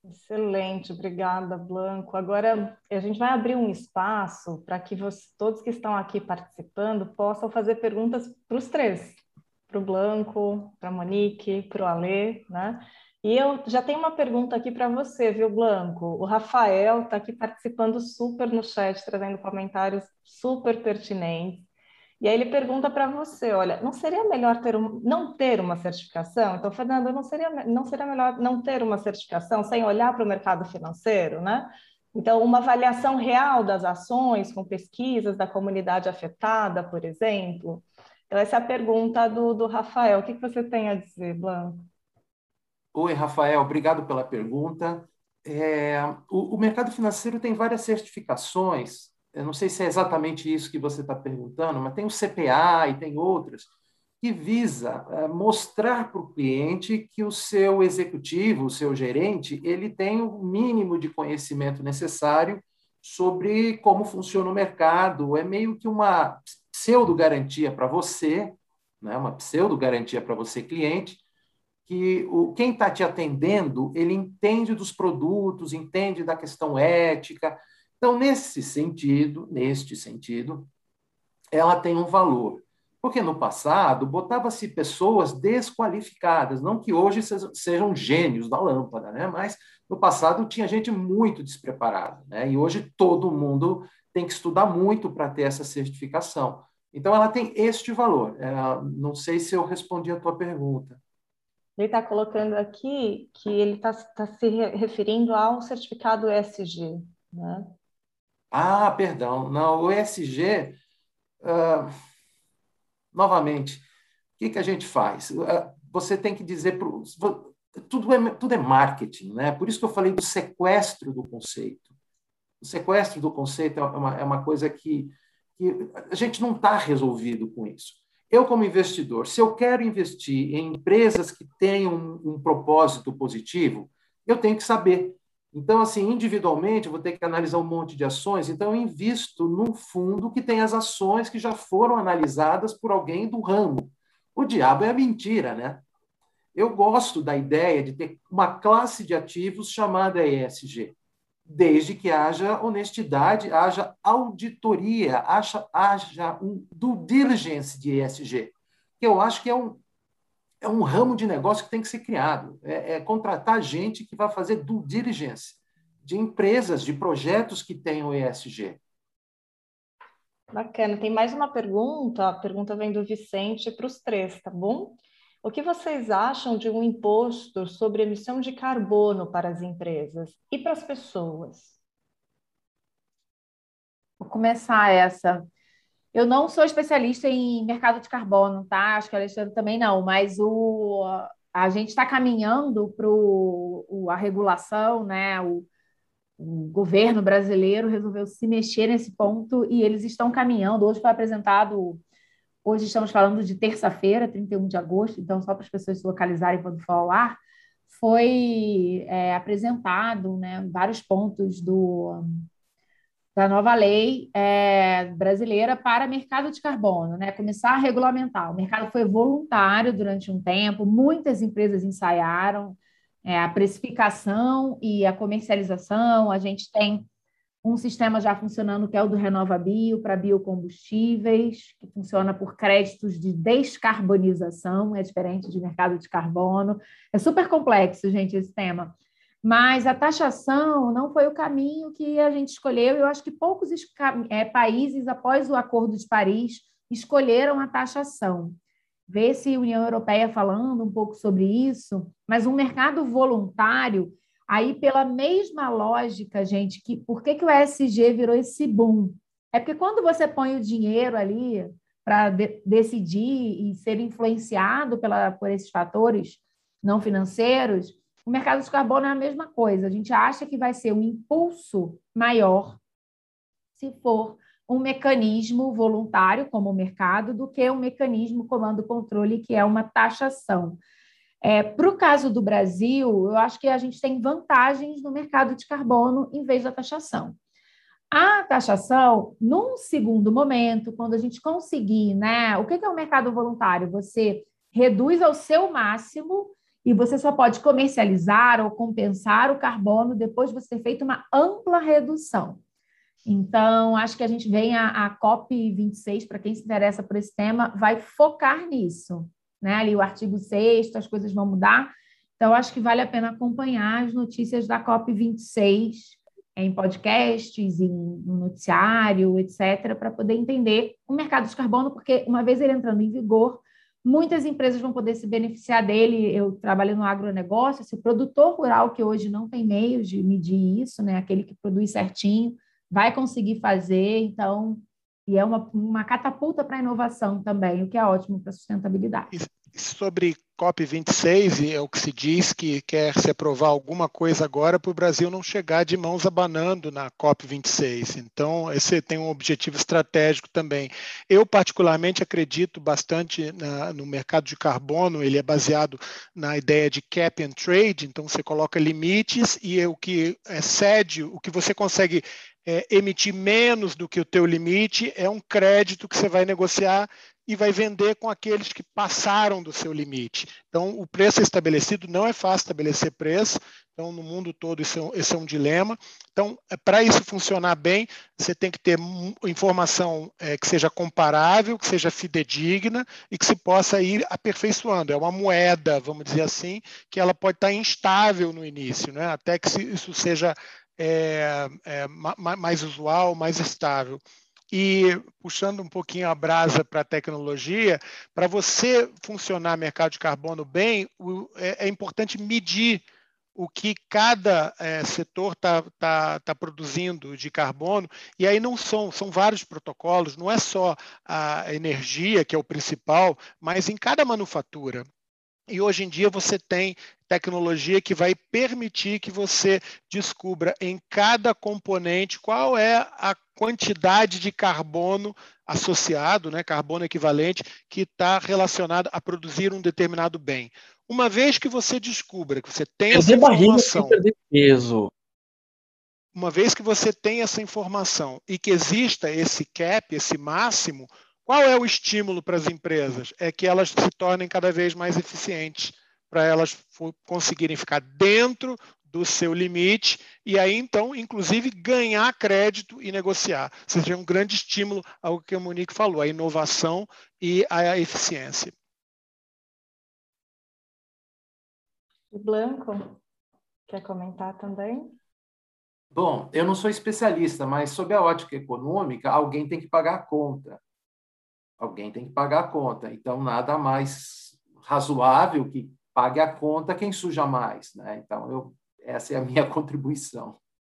Excelente, obrigada, Blanco. Agora, a gente vai abrir um espaço para que você, todos que estão aqui participando possam fazer perguntas para os três, para o Blanco, para a Monique, para o Alê, né? E eu já tenho uma pergunta aqui para você, viu, Blanco? O Rafael está aqui participando super no chat, trazendo comentários super pertinentes. E aí ele pergunta para você, olha, não seria melhor ter um, não ter uma certificação? Então, Fernando, não seria, não seria melhor não ter uma certificação sem olhar para o mercado financeiro, né? Então, uma avaliação real das ações, com pesquisas da comunidade afetada, por exemplo. Então, essa é a pergunta do, do Rafael. O que, que você tem a dizer, Blanco? Oi, Rafael, obrigado pela pergunta. É, o, o mercado financeiro tem várias certificações. Eu não sei se é exatamente isso que você está perguntando, mas tem o C P A e tem outras, que visa é, mostrar para o cliente que o seu executivo, o seu gerente, ele tem o mínimo de conhecimento necessário sobre como funciona o mercado. É meio que uma pseudo-garantia para você, né? Uma pseudo-garantia para você, cliente, que o, quem está te atendendo, ele entende dos produtos, entende da questão ética. Então, nesse sentido, neste sentido, ela tem um valor. Porque no passado, botava-se pessoas desqualificadas, não que hoje sejam gênios da lâmpada, né? Mas no passado tinha gente muito despreparada, né? E hoje todo mundo tem que estudar muito para ter essa certificação. Então, ela tem este valor. É, não sei se eu respondi a tua pergunta. Ele está colocando aqui que ele está tá se referindo ao certificado E S G, né? Ah, perdão. Não, o E S G, uh, novamente, o que, que a gente faz? Uh, você tem que dizer para tudo é tudo é marketing, né? Por isso que eu falei do sequestro do conceito. O sequestro do conceito é uma, é uma coisa que, que a gente não está resolvido com isso. Eu, como investidor, se eu quero investir em empresas que tenham um, um propósito positivo, eu tenho que saber. Então, assim, individualmente, eu vou ter que analisar um monte de ações, então eu invisto num fundo que tem as ações que já foram analisadas por alguém do ramo. O diabo é a mentira, né? Eu gosto da ideia de ter uma classe de ativos chamada E S G, desde que haja honestidade, haja auditoria, haja, haja um due diligence de E S G, que eu acho que é um, é um ramo de negócio que tem que ser criado. É, é contratar gente que vai fazer due diligence de empresas, de projetos que tenham E S G. Bacana. Tem mais uma pergunta. A pergunta vem do Vicente para os três, tá bom? O que vocês acham de um imposto sobre emissão de carbono para as empresas e para as pessoas? Vou começar essa. Eu não sou especialista em mercado de carbono, tá? Acho que o Alexandre também não, mas o, a gente está caminhando para a regulação, né? O, o governo brasileiro resolveu se mexer nesse ponto e eles estão caminhando. Hoje foi apresentado, hoje estamos falando de terça-feira, trinta e um de agosto, então só para as pessoas se localizarem quando for ao ar, foi é, apresentado, né, vários pontos do da nova lei é, brasileira para mercado de carbono, né? Começar a regulamentar. O mercado foi voluntário durante um tempo, muitas empresas ensaiaram é, a precificação e a comercialização. A gente tem um sistema já funcionando que é o do RenovaBio para biocombustíveis, que funciona por créditos de descarbonização, é diferente de mercado de carbono. É super complexo, gente, esse tema. Mas a taxação não foi o caminho que a gente escolheu. Eu acho que poucos é, países, após o Acordo de Paris, escolheram a taxação. Vê-se a União Europeia falando um pouco sobre isso, mas um mercado voluntário, aí pela mesma lógica, gente, que por que, que o E S G virou esse boom? É porque quando você põe o dinheiro ali para de- decidir e ser influenciado pela, por esses fatores não financeiros, o mercado de carbono é a mesma coisa. A gente acha que vai ser um impulso maior se for um mecanismo voluntário, como o mercado, do que um mecanismo comando-controle, que é uma taxação. É, para o caso do Brasil, eu acho que a gente tem vantagens no mercado de carbono em vez da taxação. A taxação, num segundo momento, quando a gente conseguir, né? O que é o mercado voluntário? Você reduz ao seu máximo e você só pode comercializar ou compensar o carbono depois de você ter feito uma ampla redução. Então, acho que a gente vem a, a COP vinte e seis, para quem se interessa por esse tema, vai focar nisso, né? Ali o artigo sexto, as coisas vão mudar. Então, acho que vale a pena acompanhar as notícias da COP vinte e seis em podcasts, em no noticiário, etcétera, para poder entender o mercado de carbono, porque uma vez ele entrando em vigor, muitas empresas vão poder se beneficiar dele. Eu trabalho no agronegócio, esse produtor rural que hoje não tem meios de medir isso, né? Aquele que produz certinho, vai conseguir fazer, então, e é uma, uma catapulta para a inovação também, o que é ótimo para a sustentabilidade. E sobre COP vinte e seis, é o que se diz que quer se aprovar alguma coisa agora para o Brasil não chegar de mãos abanando na COP vinte e seis. Então, esse tem um objetivo estratégico também. Eu, particularmente, acredito bastante na, no mercado de carbono. Ele é baseado na ideia de cap and trade, então você coloca limites e é o que excede, o que você consegue é, emitir menos do que o teu limite é um crédito que você vai negociar e vai vender com aqueles que passaram do seu limite. Então, o preço é estabelecido, não é fácil estabelecer preço, então, no mundo todo, isso é um, esse é um dilema. Então, para isso funcionar bem, você tem que ter informação é, que seja comparável, que seja fidedigna e que se possa ir aperfeiçoando. É uma moeda, vamos dizer assim, que ela pode estar instável no início, né? Até que isso seja é, é, mais usual, mais estável. E puxando um pouquinho a brasa para a tecnologia, para você funcionar mercado de carbono bem, é, é importante medir o que cada é, setor está tá, tá produzindo de carbono, e aí não são, são vários protocolos, não é só a energia, que é o principal, mas em cada manufatura. E hoje em dia você tem tecnologia que vai permitir que você descubra em cada componente qual é a quantidade de carbono associado, né, carbono equivalente, que está relacionado a produzir um determinado bem. Uma vez que você descubra, que você tem essa informação, perder peso. Uma vez que você tem essa informação e que exista esse cap, esse máximo, qual é o estímulo para as empresas? É que elas se tornem cada vez mais eficientes, para elas conseguirem ficar dentro do seu limite e aí, então, inclusive, ganhar crédito e negociar. Ou seja, é um grande estímulo ao que a Monique falou, a inovação e a eficiência. O Blanco, quer comentar também? Bom, eu não sou especialista, mas sob a ótica econômica, alguém tem que pagar a conta. Alguém tem que pagar a conta. Então, nada mais razoável que pague a conta quem suja mais, né? Então, eu, essa é a minha contribuição.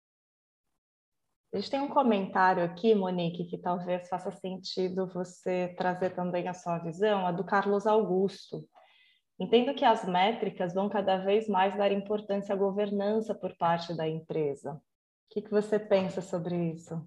A gente tem um comentário aqui, Monique, que talvez faça sentido você trazer também a sua visão, a do Carlos Augusto. Entendo que as métricas vão cada vez mais dar importância à governança por parte da empresa. O que, que você pensa sobre isso?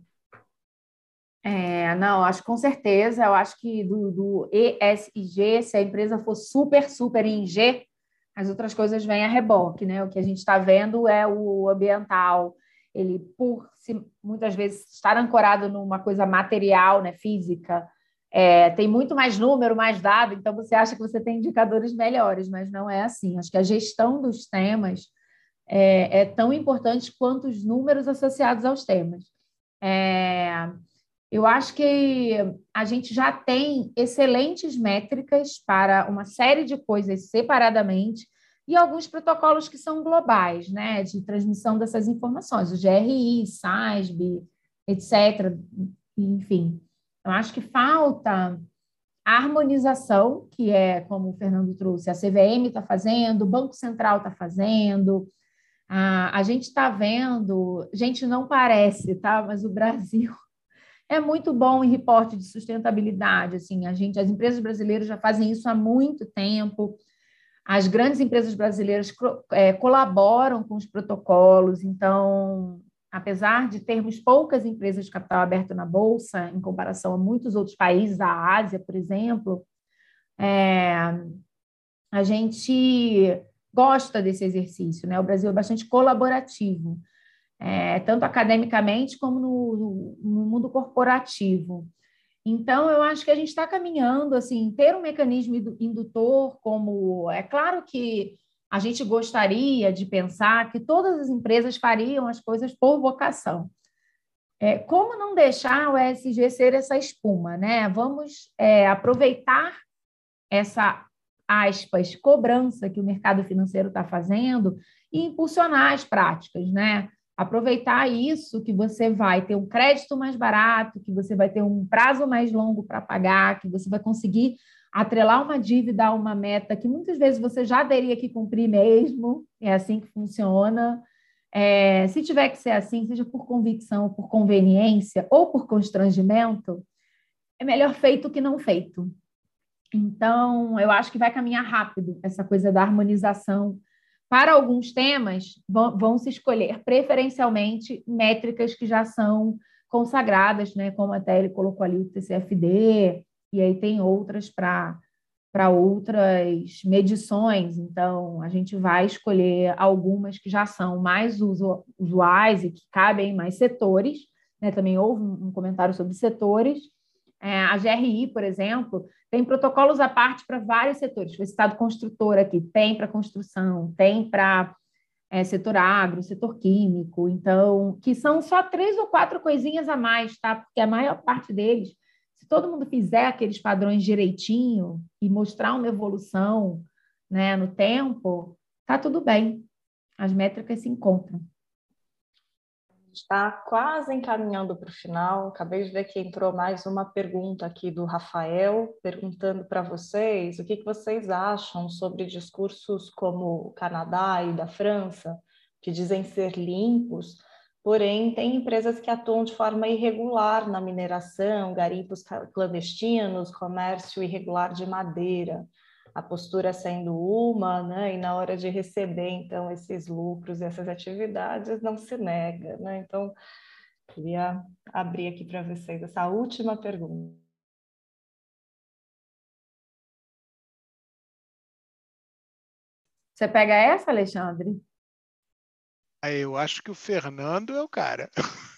É, não, acho que com certeza, eu acho que do, do E S G, se a empresa for super, super em G, as outras coisas vêm a reboque, né? O que a gente está vendo é o ambiental, ele, por se, muitas vezes estar ancorado numa coisa material, né, física, é, tem muito mais número, mais dado, então você acha que você tem indicadores melhores, mas não é assim. Acho que a gestão dos temas é, é tão importante quanto os números associados aos temas. É, eu acho que a gente já tem excelentes métricas para uma série de coisas separadamente e alguns protocolos que são globais, né, de transmissão dessas informações, o G R I, S A S B, etcétera. Enfim, eu acho que falta a harmonização, que é, como o Fernando trouxe, a C V M está fazendo, o Banco Central está fazendo, a, a gente está vendo, gente, não parece, tá? Mas o Brasil é muito bom em reporte de sustentabilidade, assim, a gente, as empresas brasileiras já fazem isso há muito tempo, as grandes empresas brasileiras é, colaboram com os protocolos, então, apesar de termos poucas empresas de capital aberto na Bolsa, em comparação a muitos outros países, da Ásia, por exemplo, é, a gente gosta desse exercício, né? O Brasil é bastante colaborativo, É, tanto academicamente como no, no mundo corporativo. Então, eu acho que a gente está caminhando, assim, ter um mecanismo indutor, como... É claro que a gente gostaria de pensar que todas as empresas fariam as coisas por vocação. É, como não deixar o E S G ser essa espuma, né? Vamos é, aproveitar essa, aspas, cobrança que o mercado financeiro está fazendo e impulsionar as práticas, né? Aproveitar isso, que você vai ter um crédito mais barato, que você vai ter um prazo mais longo para pagar, que você vai conseguir atrelar uma dívida a uma meta que muitas vezes você já teria que cumprir mesmo, é assim que funciona. É, se tiver que ser assim, seja por convicção, por conveniência ou por constrangimento, é melhor feito que não feito. Então, eu acho que vai caminhar rápido essa coisa da harmonização. Para alguns temas, vão, vão se escolher preferencialmente métricas que já são consagradas, né? Como até ele colocou ali o T C F D, e aí tem outras para para outras medições. Então, a gente vai escolher algumas que já são mais usu, usuais e que cabem em mais setores, né? Também houve um comentário sobre setores. É, a G R I, por exemplo, tem protocolos à parte para vários setores. Foi citado construtor aqui, tem para construção, tem para é, setor agro, setor químico, então, que são só três ou quatro coisinhas a mais, tá? Porque a maior parte deles, se todo mundo fizer aqueles padrões direitinho e mostrar uma evolução, né, no tempo, tá tudo bem. As métricas se encontram. Está quase encaminhando para o final. Acabei de ver que entrou mais uma pergunta aqui do Rafael, perguntando para vocês o que, que vocês acham sobre discursos como o Canadá e da França, que dizem ser limpos, porém tem empresas que atuam de forma irregular na mineração, garimpos clandestinos, comércio irregular de madeira. A postura sendo uma, né? E na hora de receber, então, esses lucros e essas atividades, não se nega, né? Então, queria abrir aqui para vocês essa última pergunta. Você pega essa, Alexandre? Eu acho que o Fernando é o cara.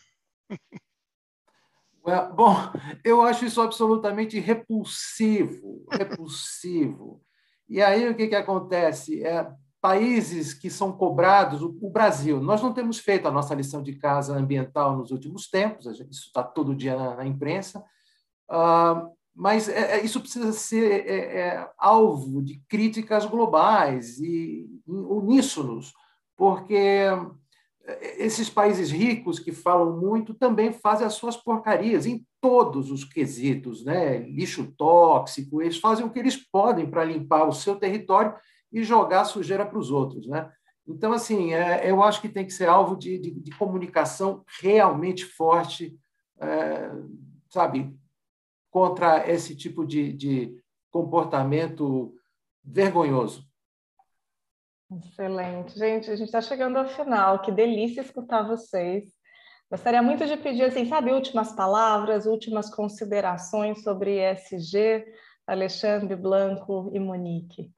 Bom, eu acho isso absolutamente repulsivo, repulsivo. E aí o que, que acontece? É, países que são cobrados, o, o Brasil, nós não temos feito a nossa lição de casa ambiental nos últimos tempos, isso está todo dia na, na imprensa, uh, mas é, é, isso precisa ser é, é, alvo de críticas globais e, e uníssonos, porque esses países ricos que falam muito também fazem as suas porcarias em todos os quesitos, né? Lixo tóxico, eles fazem o que eles podem para limpar o seu território e jogar sujeira para os outros, né? Então, assim, é, eu acho que tem que ser alvo de, de, de comunicação realmente forte, é, sabe, contra esse tipo de, de comportamento vergonhoso. Excelente. Gente, a gente está chegando ao final. Que delícia escutar vocês. Gostaria muito de pedir, assim, sabe, últimas palavras, últimas considerações sobre E S G, Alexandre, Blanco e Monique.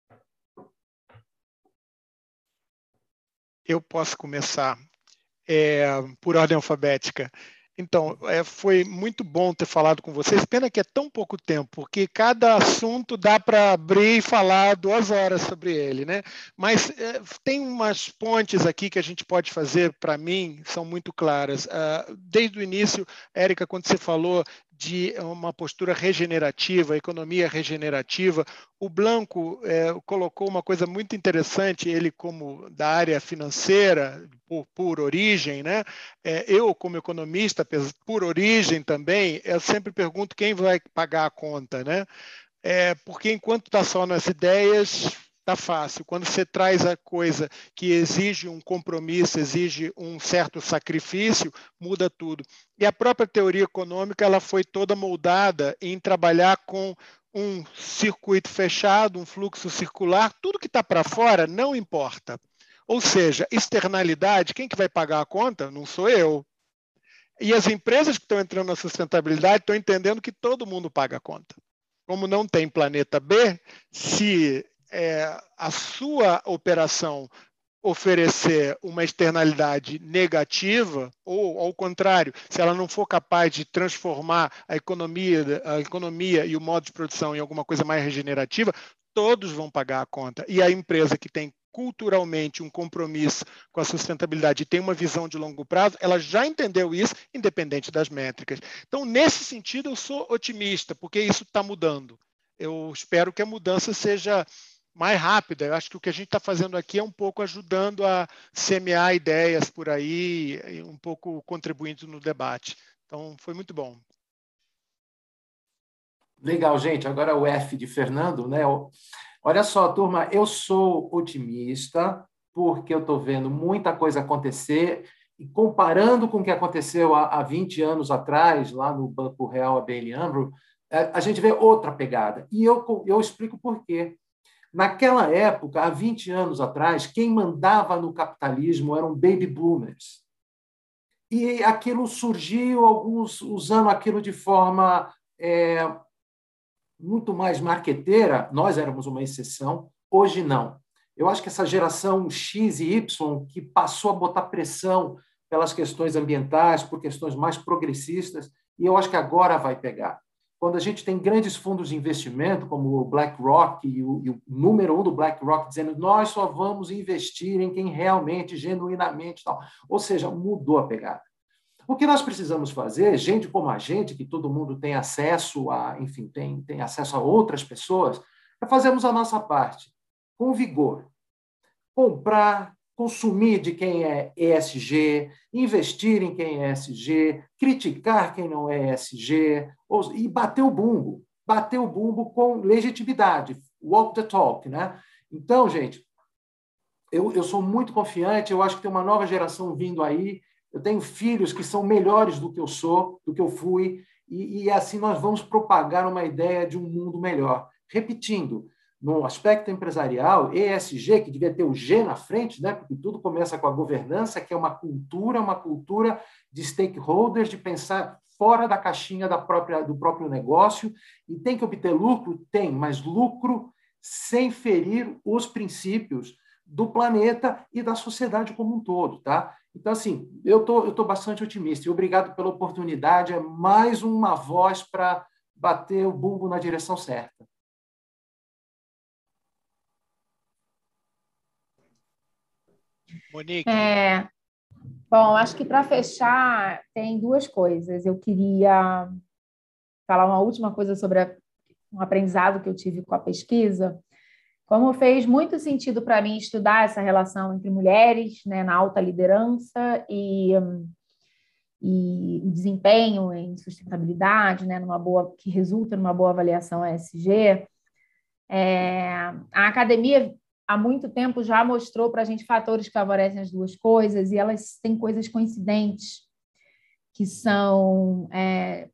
Eu posso começar é, por ordem alfabética. Então, é, foi muito bom ter falado com vocês. Pena que é tão pouco tempo, porque cada assunto dá para abrir e falar duas horas sobre ele, né? Mas é, tem umas pontes aqui que a gente pode fazer, para mim, são muito claras. Uh, desde o início, Érica, quando você falou de uma postura regenerativa, economia regenerativa, o Blanco é, colocou uma coisa muito interessante, ele como da área financeira, por, por origem, né? É, eu como economista, por origem também, eu sempre pergunto quem vai pagar a conta, né? É, porque enquanto está só nas ideias, está fácil. Quando você traz a coisa que exige um compromisso, exige um certo sacrifício, muda tudo. E a própria teoria econômica ela foi toda moldada em trabalhar com um circuito fechado, um fluxo circular, tudo que está para fora não importa. Ou seja, externalidade, quem que vai pagar a conta? Não sou eu. E as empresas que estão entrando na sustentabilidade estão entendendo que todo mundo paga a conta. Como não tem planeta B, se é, a sua operação oferecer uma externalidade negativa, ou, ao contrário, se ela não for capaz de transformar a economia, a economia e o modo de produção em alguma coisa mais regenerativa, todos vão pagar a conta. E a empresa que tem culturalmente um compromisso com a sustentabilidade e tem uma visão de longo prazo, ela já entendeu isso, independente das métricas. Então, nesse sentido, eu sou otimista, porque isso está mudando. Eu espero que a mudança seja mais rápida. Eu acho que o que a gente está fazendo aqui é um pouco ajudando a semear ideias por aí, e um pouco contribuindo no debate. Então, foi muito bom. Legal, gente. Agora o F de Fernando, né? Olha só, turma, eu sou otimista porque eu estou vendo muita coisa acontecer e comparando com o que aconteceu há, há vinte anos atrás, lá no Banco Real, a B N Amro, a gente vê outra pegada. E eu, eu explico por quê. Naquela época, há vinte anos atrás, quem mandava no capitalismo eram baby boomers. E aquilo surgiu, alguns usando aquilo de forma é, muito mais marqueteira. Nós éramos uma exceção, hoje não. Eu acho que essa geração X e Y, que passou a botar pressão pelas questões ambientais, por questões mais progressistas, e eu acho que agora vai pegar. Quando a gente tem grandes fundos de investimento, como o BlackRock, e o, e o número um do BlackRock, dizendo nós só vamos investir em quem realmente, genuinamente... Tal. Ou seja, mudou a pegada. O que nós precisamos fazer, gente como a gente, que todo mundo tem acesso a, enfim, tem, tem acesso a outras pessoas, é fazermos a nossa parte, com vigor. Comprar, consumir de quem é E S G, investir em quem é E S G, criticar quem não é E S G, e bater o bumbo, bater o bumbo com legitimidade, walk the talk, né? Então, gente, eu, eu sou muito confiante, eu acho que tem uma nova geração vindo aí, eu tenho filhos que são melhores do que eu sou, do que eu fui, e, e assim nós vamos propagar uma ideia de um mundo melhor. Repetindo, no aspecto empresarial, E S G, que devia ter o G na frente, né? Porque tudo começa com a governança, que é uma cultura, uma cultura de stakeholders, de pensar fora da caixinha da própria, do próprio negócio, e tem que obter lucro? Tem, mas lucro sem ferir os princípios do planeta e da sociedade como um todo, tá? Então, assim, eu tô, eu tô bastante otimista, e obrigado pela oportunidade, é mais uma voz para bater o bumbo na direção certa. Monique. É, bom, acho que para fechar, tem duas coisas. Eu queria falar uma última coisa sobre a, um aprendizado que eu tive com a pesquisa. Como fez muito sentido para mim estudar essa relação entre mulheres, né, na alta liderança e, e o desempenho em sustentabilidade, né, numa boa, que resulta numa boa avaliação E S G, é, a academia há muito tempo já mostrou para a gente fatores que favorecem as duas coisas, e elas têm coisas coincidentes, que são é,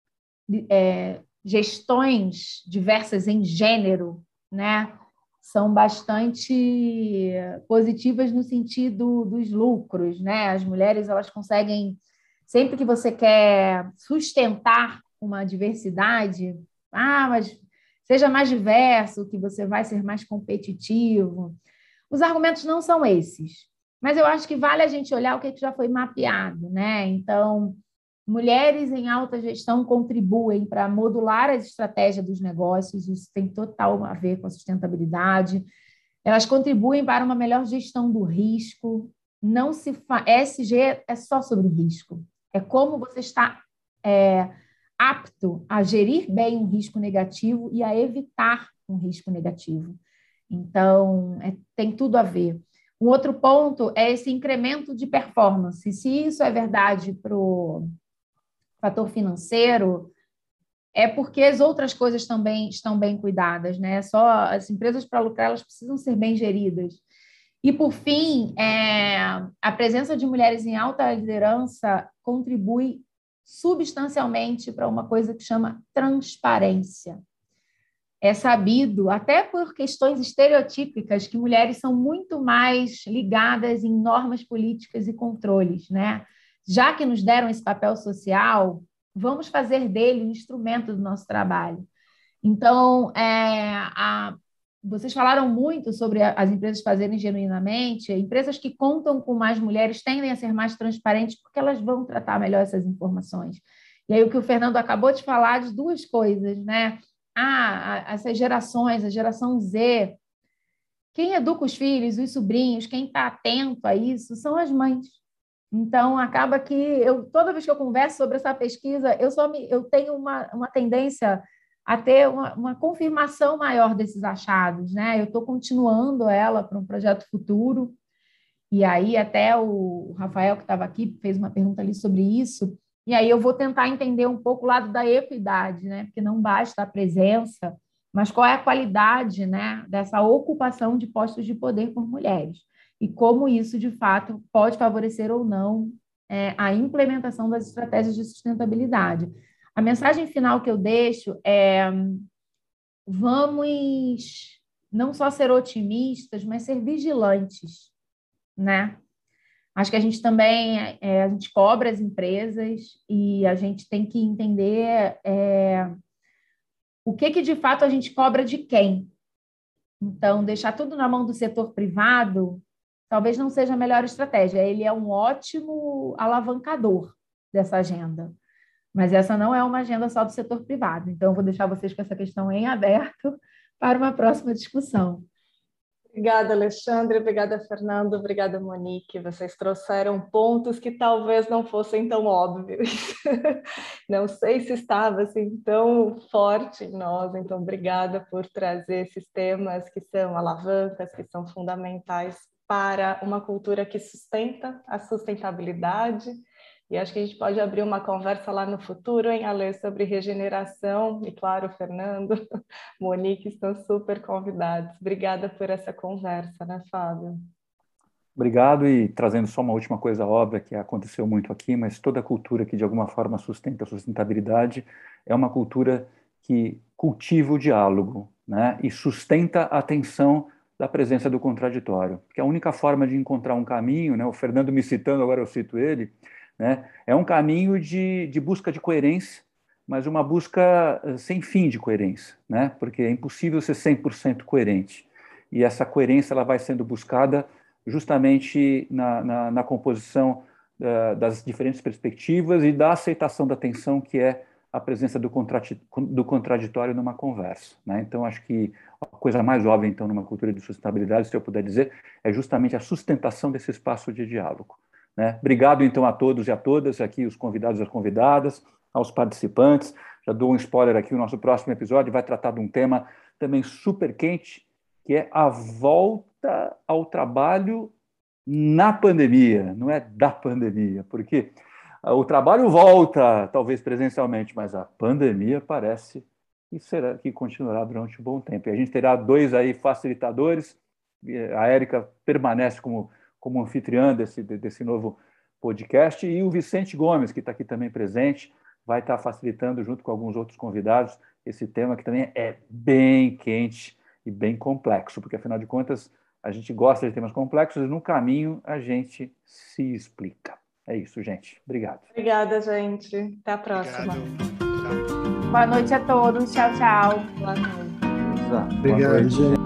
é, gestões diversas em gênero, né? São bastante positivas no sentido dos lucros, né? As mulheres, elas conseguem, sempre que você quer sustentar uma diversidade, ah, mas seja mais diverso, que você vai ser mais competitivo. Os argumentos não são esses, mas eu acho que vale a gente olhar o que já foi mapeado, né? Então, mulheres em alta gestão contribuem para modular as estratégias dos negócios, isso tem total a ver com a sustentabilidade. Elas contribuem para uma melhor gestão do risco. Não se fa... E S G é só sobre risco. É como você está é, apto a gerir bem um risco negativo e a evitar um risco negativo. Então, é, tem tudo a ver. Um outro ponto é esse incremento de performance. Se isso é verdade para o fator financeiro, é porque as outras coisas também estão bem cuidadas, né? Só as empresas para lucrar, elas precisam ser bem geridas. E, por fim, é, a presença de mulheres em alta liderança contribui substancialmente para uma coisa que chama transparência. É sabido, até por questões estereotípicas, que mulheres são muito mais ligadas em normas políticas e controles, né? Já que nos deram esse papel social, vamos fazer dele um instrumento do nosso trabalho. Então, é, a, vocês falaram muito sobre as empresas fazerem genuinamente. Empresas que contam com mais mulheres tendem a ser mais transparentes porque elas vão tratar melhor essas informações. E aí o que o Fernando acabou de falar de duas coisas, né? Ah, essas gerações, a geração Z, quem educa os filhos, os sobrinhos, quem está atento a isso, são as mães. Então, acaba que eu, toda vez que eu converso sobre essa pesquisa, eu, só me, eu tenho uma, uma tendência a ter uma, uma confirmação maior desses achados, né? Eu estou continuando ela para um projeto futuro, e aí até o Rafael, que estava aqui, fez uma pergunta ali sobre isso, e aí eu vou tentar entender um pouco o lado da equidade, né? Porque não basta a presença, mas qual é a qualidade, né, dessa ocupação de postos de poder por mulheres, e como isso, de fato, pode favorecer ou não é, a implementação das estratégias de sustentabilidade. A mensagem final que eu deixo é: vamos não só ser otimistas, mas ser vigilantes, né? Acho que a gente também, é, a gente cobra as empresas e a gente tem que entender é, o que, que de fato a gente cobra de quem. Então, deixar tudo na mão do setor privado talvez não seja a melhor estratégia. Ele é um ótimo alavancador dessa agenda, mas essa não é uma agenda só do setor privado. Então, eu vou deixar vocês com essa questão em aberto para uma próxima discussão. Obrigada, Alexandre. Obrigada, Fernando. Obrigada, Monique. Vocês trouxeram pontos que talvez não fossem tão óbvios. Não sei se estava assim tão forte em nós. Então, obrigada por trazer esses temas que são alavancas, que são fundamentais para uma cultura que sustenta a sustentabilidade. E acho que a gente pode abrir uma conversa lá no futuro, hein, Ale, sobre regeneração. E claro, Fernando, Monique estão super convidados. Obrigada por essa conversa, né, Fábio? Obrigado, e trazendo só uma última coisa óbvia que aconteceu muito aqui, mas toda a cultura que de alguma forma sustenta a sustentabilidade é uma cultura que cultiva o diálogo, né, e sustenta a atenção da presença do contraditório. Porque a única forma de encontrar um caminho, né, o Fernando me citando, agora eu cito ele, né, é um caminho de, de busca de coerência, mas uma busca sem fim de coerência, né, porque é impossível ser cem por cento coerente. E essa coerência ela vai sendo buscada justamente na, na, na composição uh, das diferentes perspectivas e da aceitação da tensão, que é a presença do, contrati do contraditório numa conversa, né? Então, acho que a coisa mais óbvia, então, numa cultura de sustentabilidade, se eu puder dizer, é justamente a sustentação desse espaço de diálogo, né? Obrigado, então, a todos e a todas, aqui os convidados e as convidadas, aos participantes. Já dou um spoiler aqui, o nosso próximo episódio vai tratar de um tema também super quente, que é a volta ao trabalho na pandemia, não é da pandemia, porque o trabalho volta, talvez presencialmente, mas a pandemia parece que será que continuará durante um bom tempo. E a gente terá dois aí facilitadores, a Érica permanece como, como anfitriã desse, desse novo podcast, e o Vicente Gomes, que está aqui também presente, vai estar facilitando, junto com alguns outros convidados, esse tema que também é bem quente e bem complexo, porque, afinal de contas, a gente gosta de temas complexos e, no caminho, a gente se explica. É isso, gente. Obrigado. Obrigada, gente. Até a próxima. Obrigado. Boa noite a todos. Tchau, tchau. Boa noite. Obrigado, gente.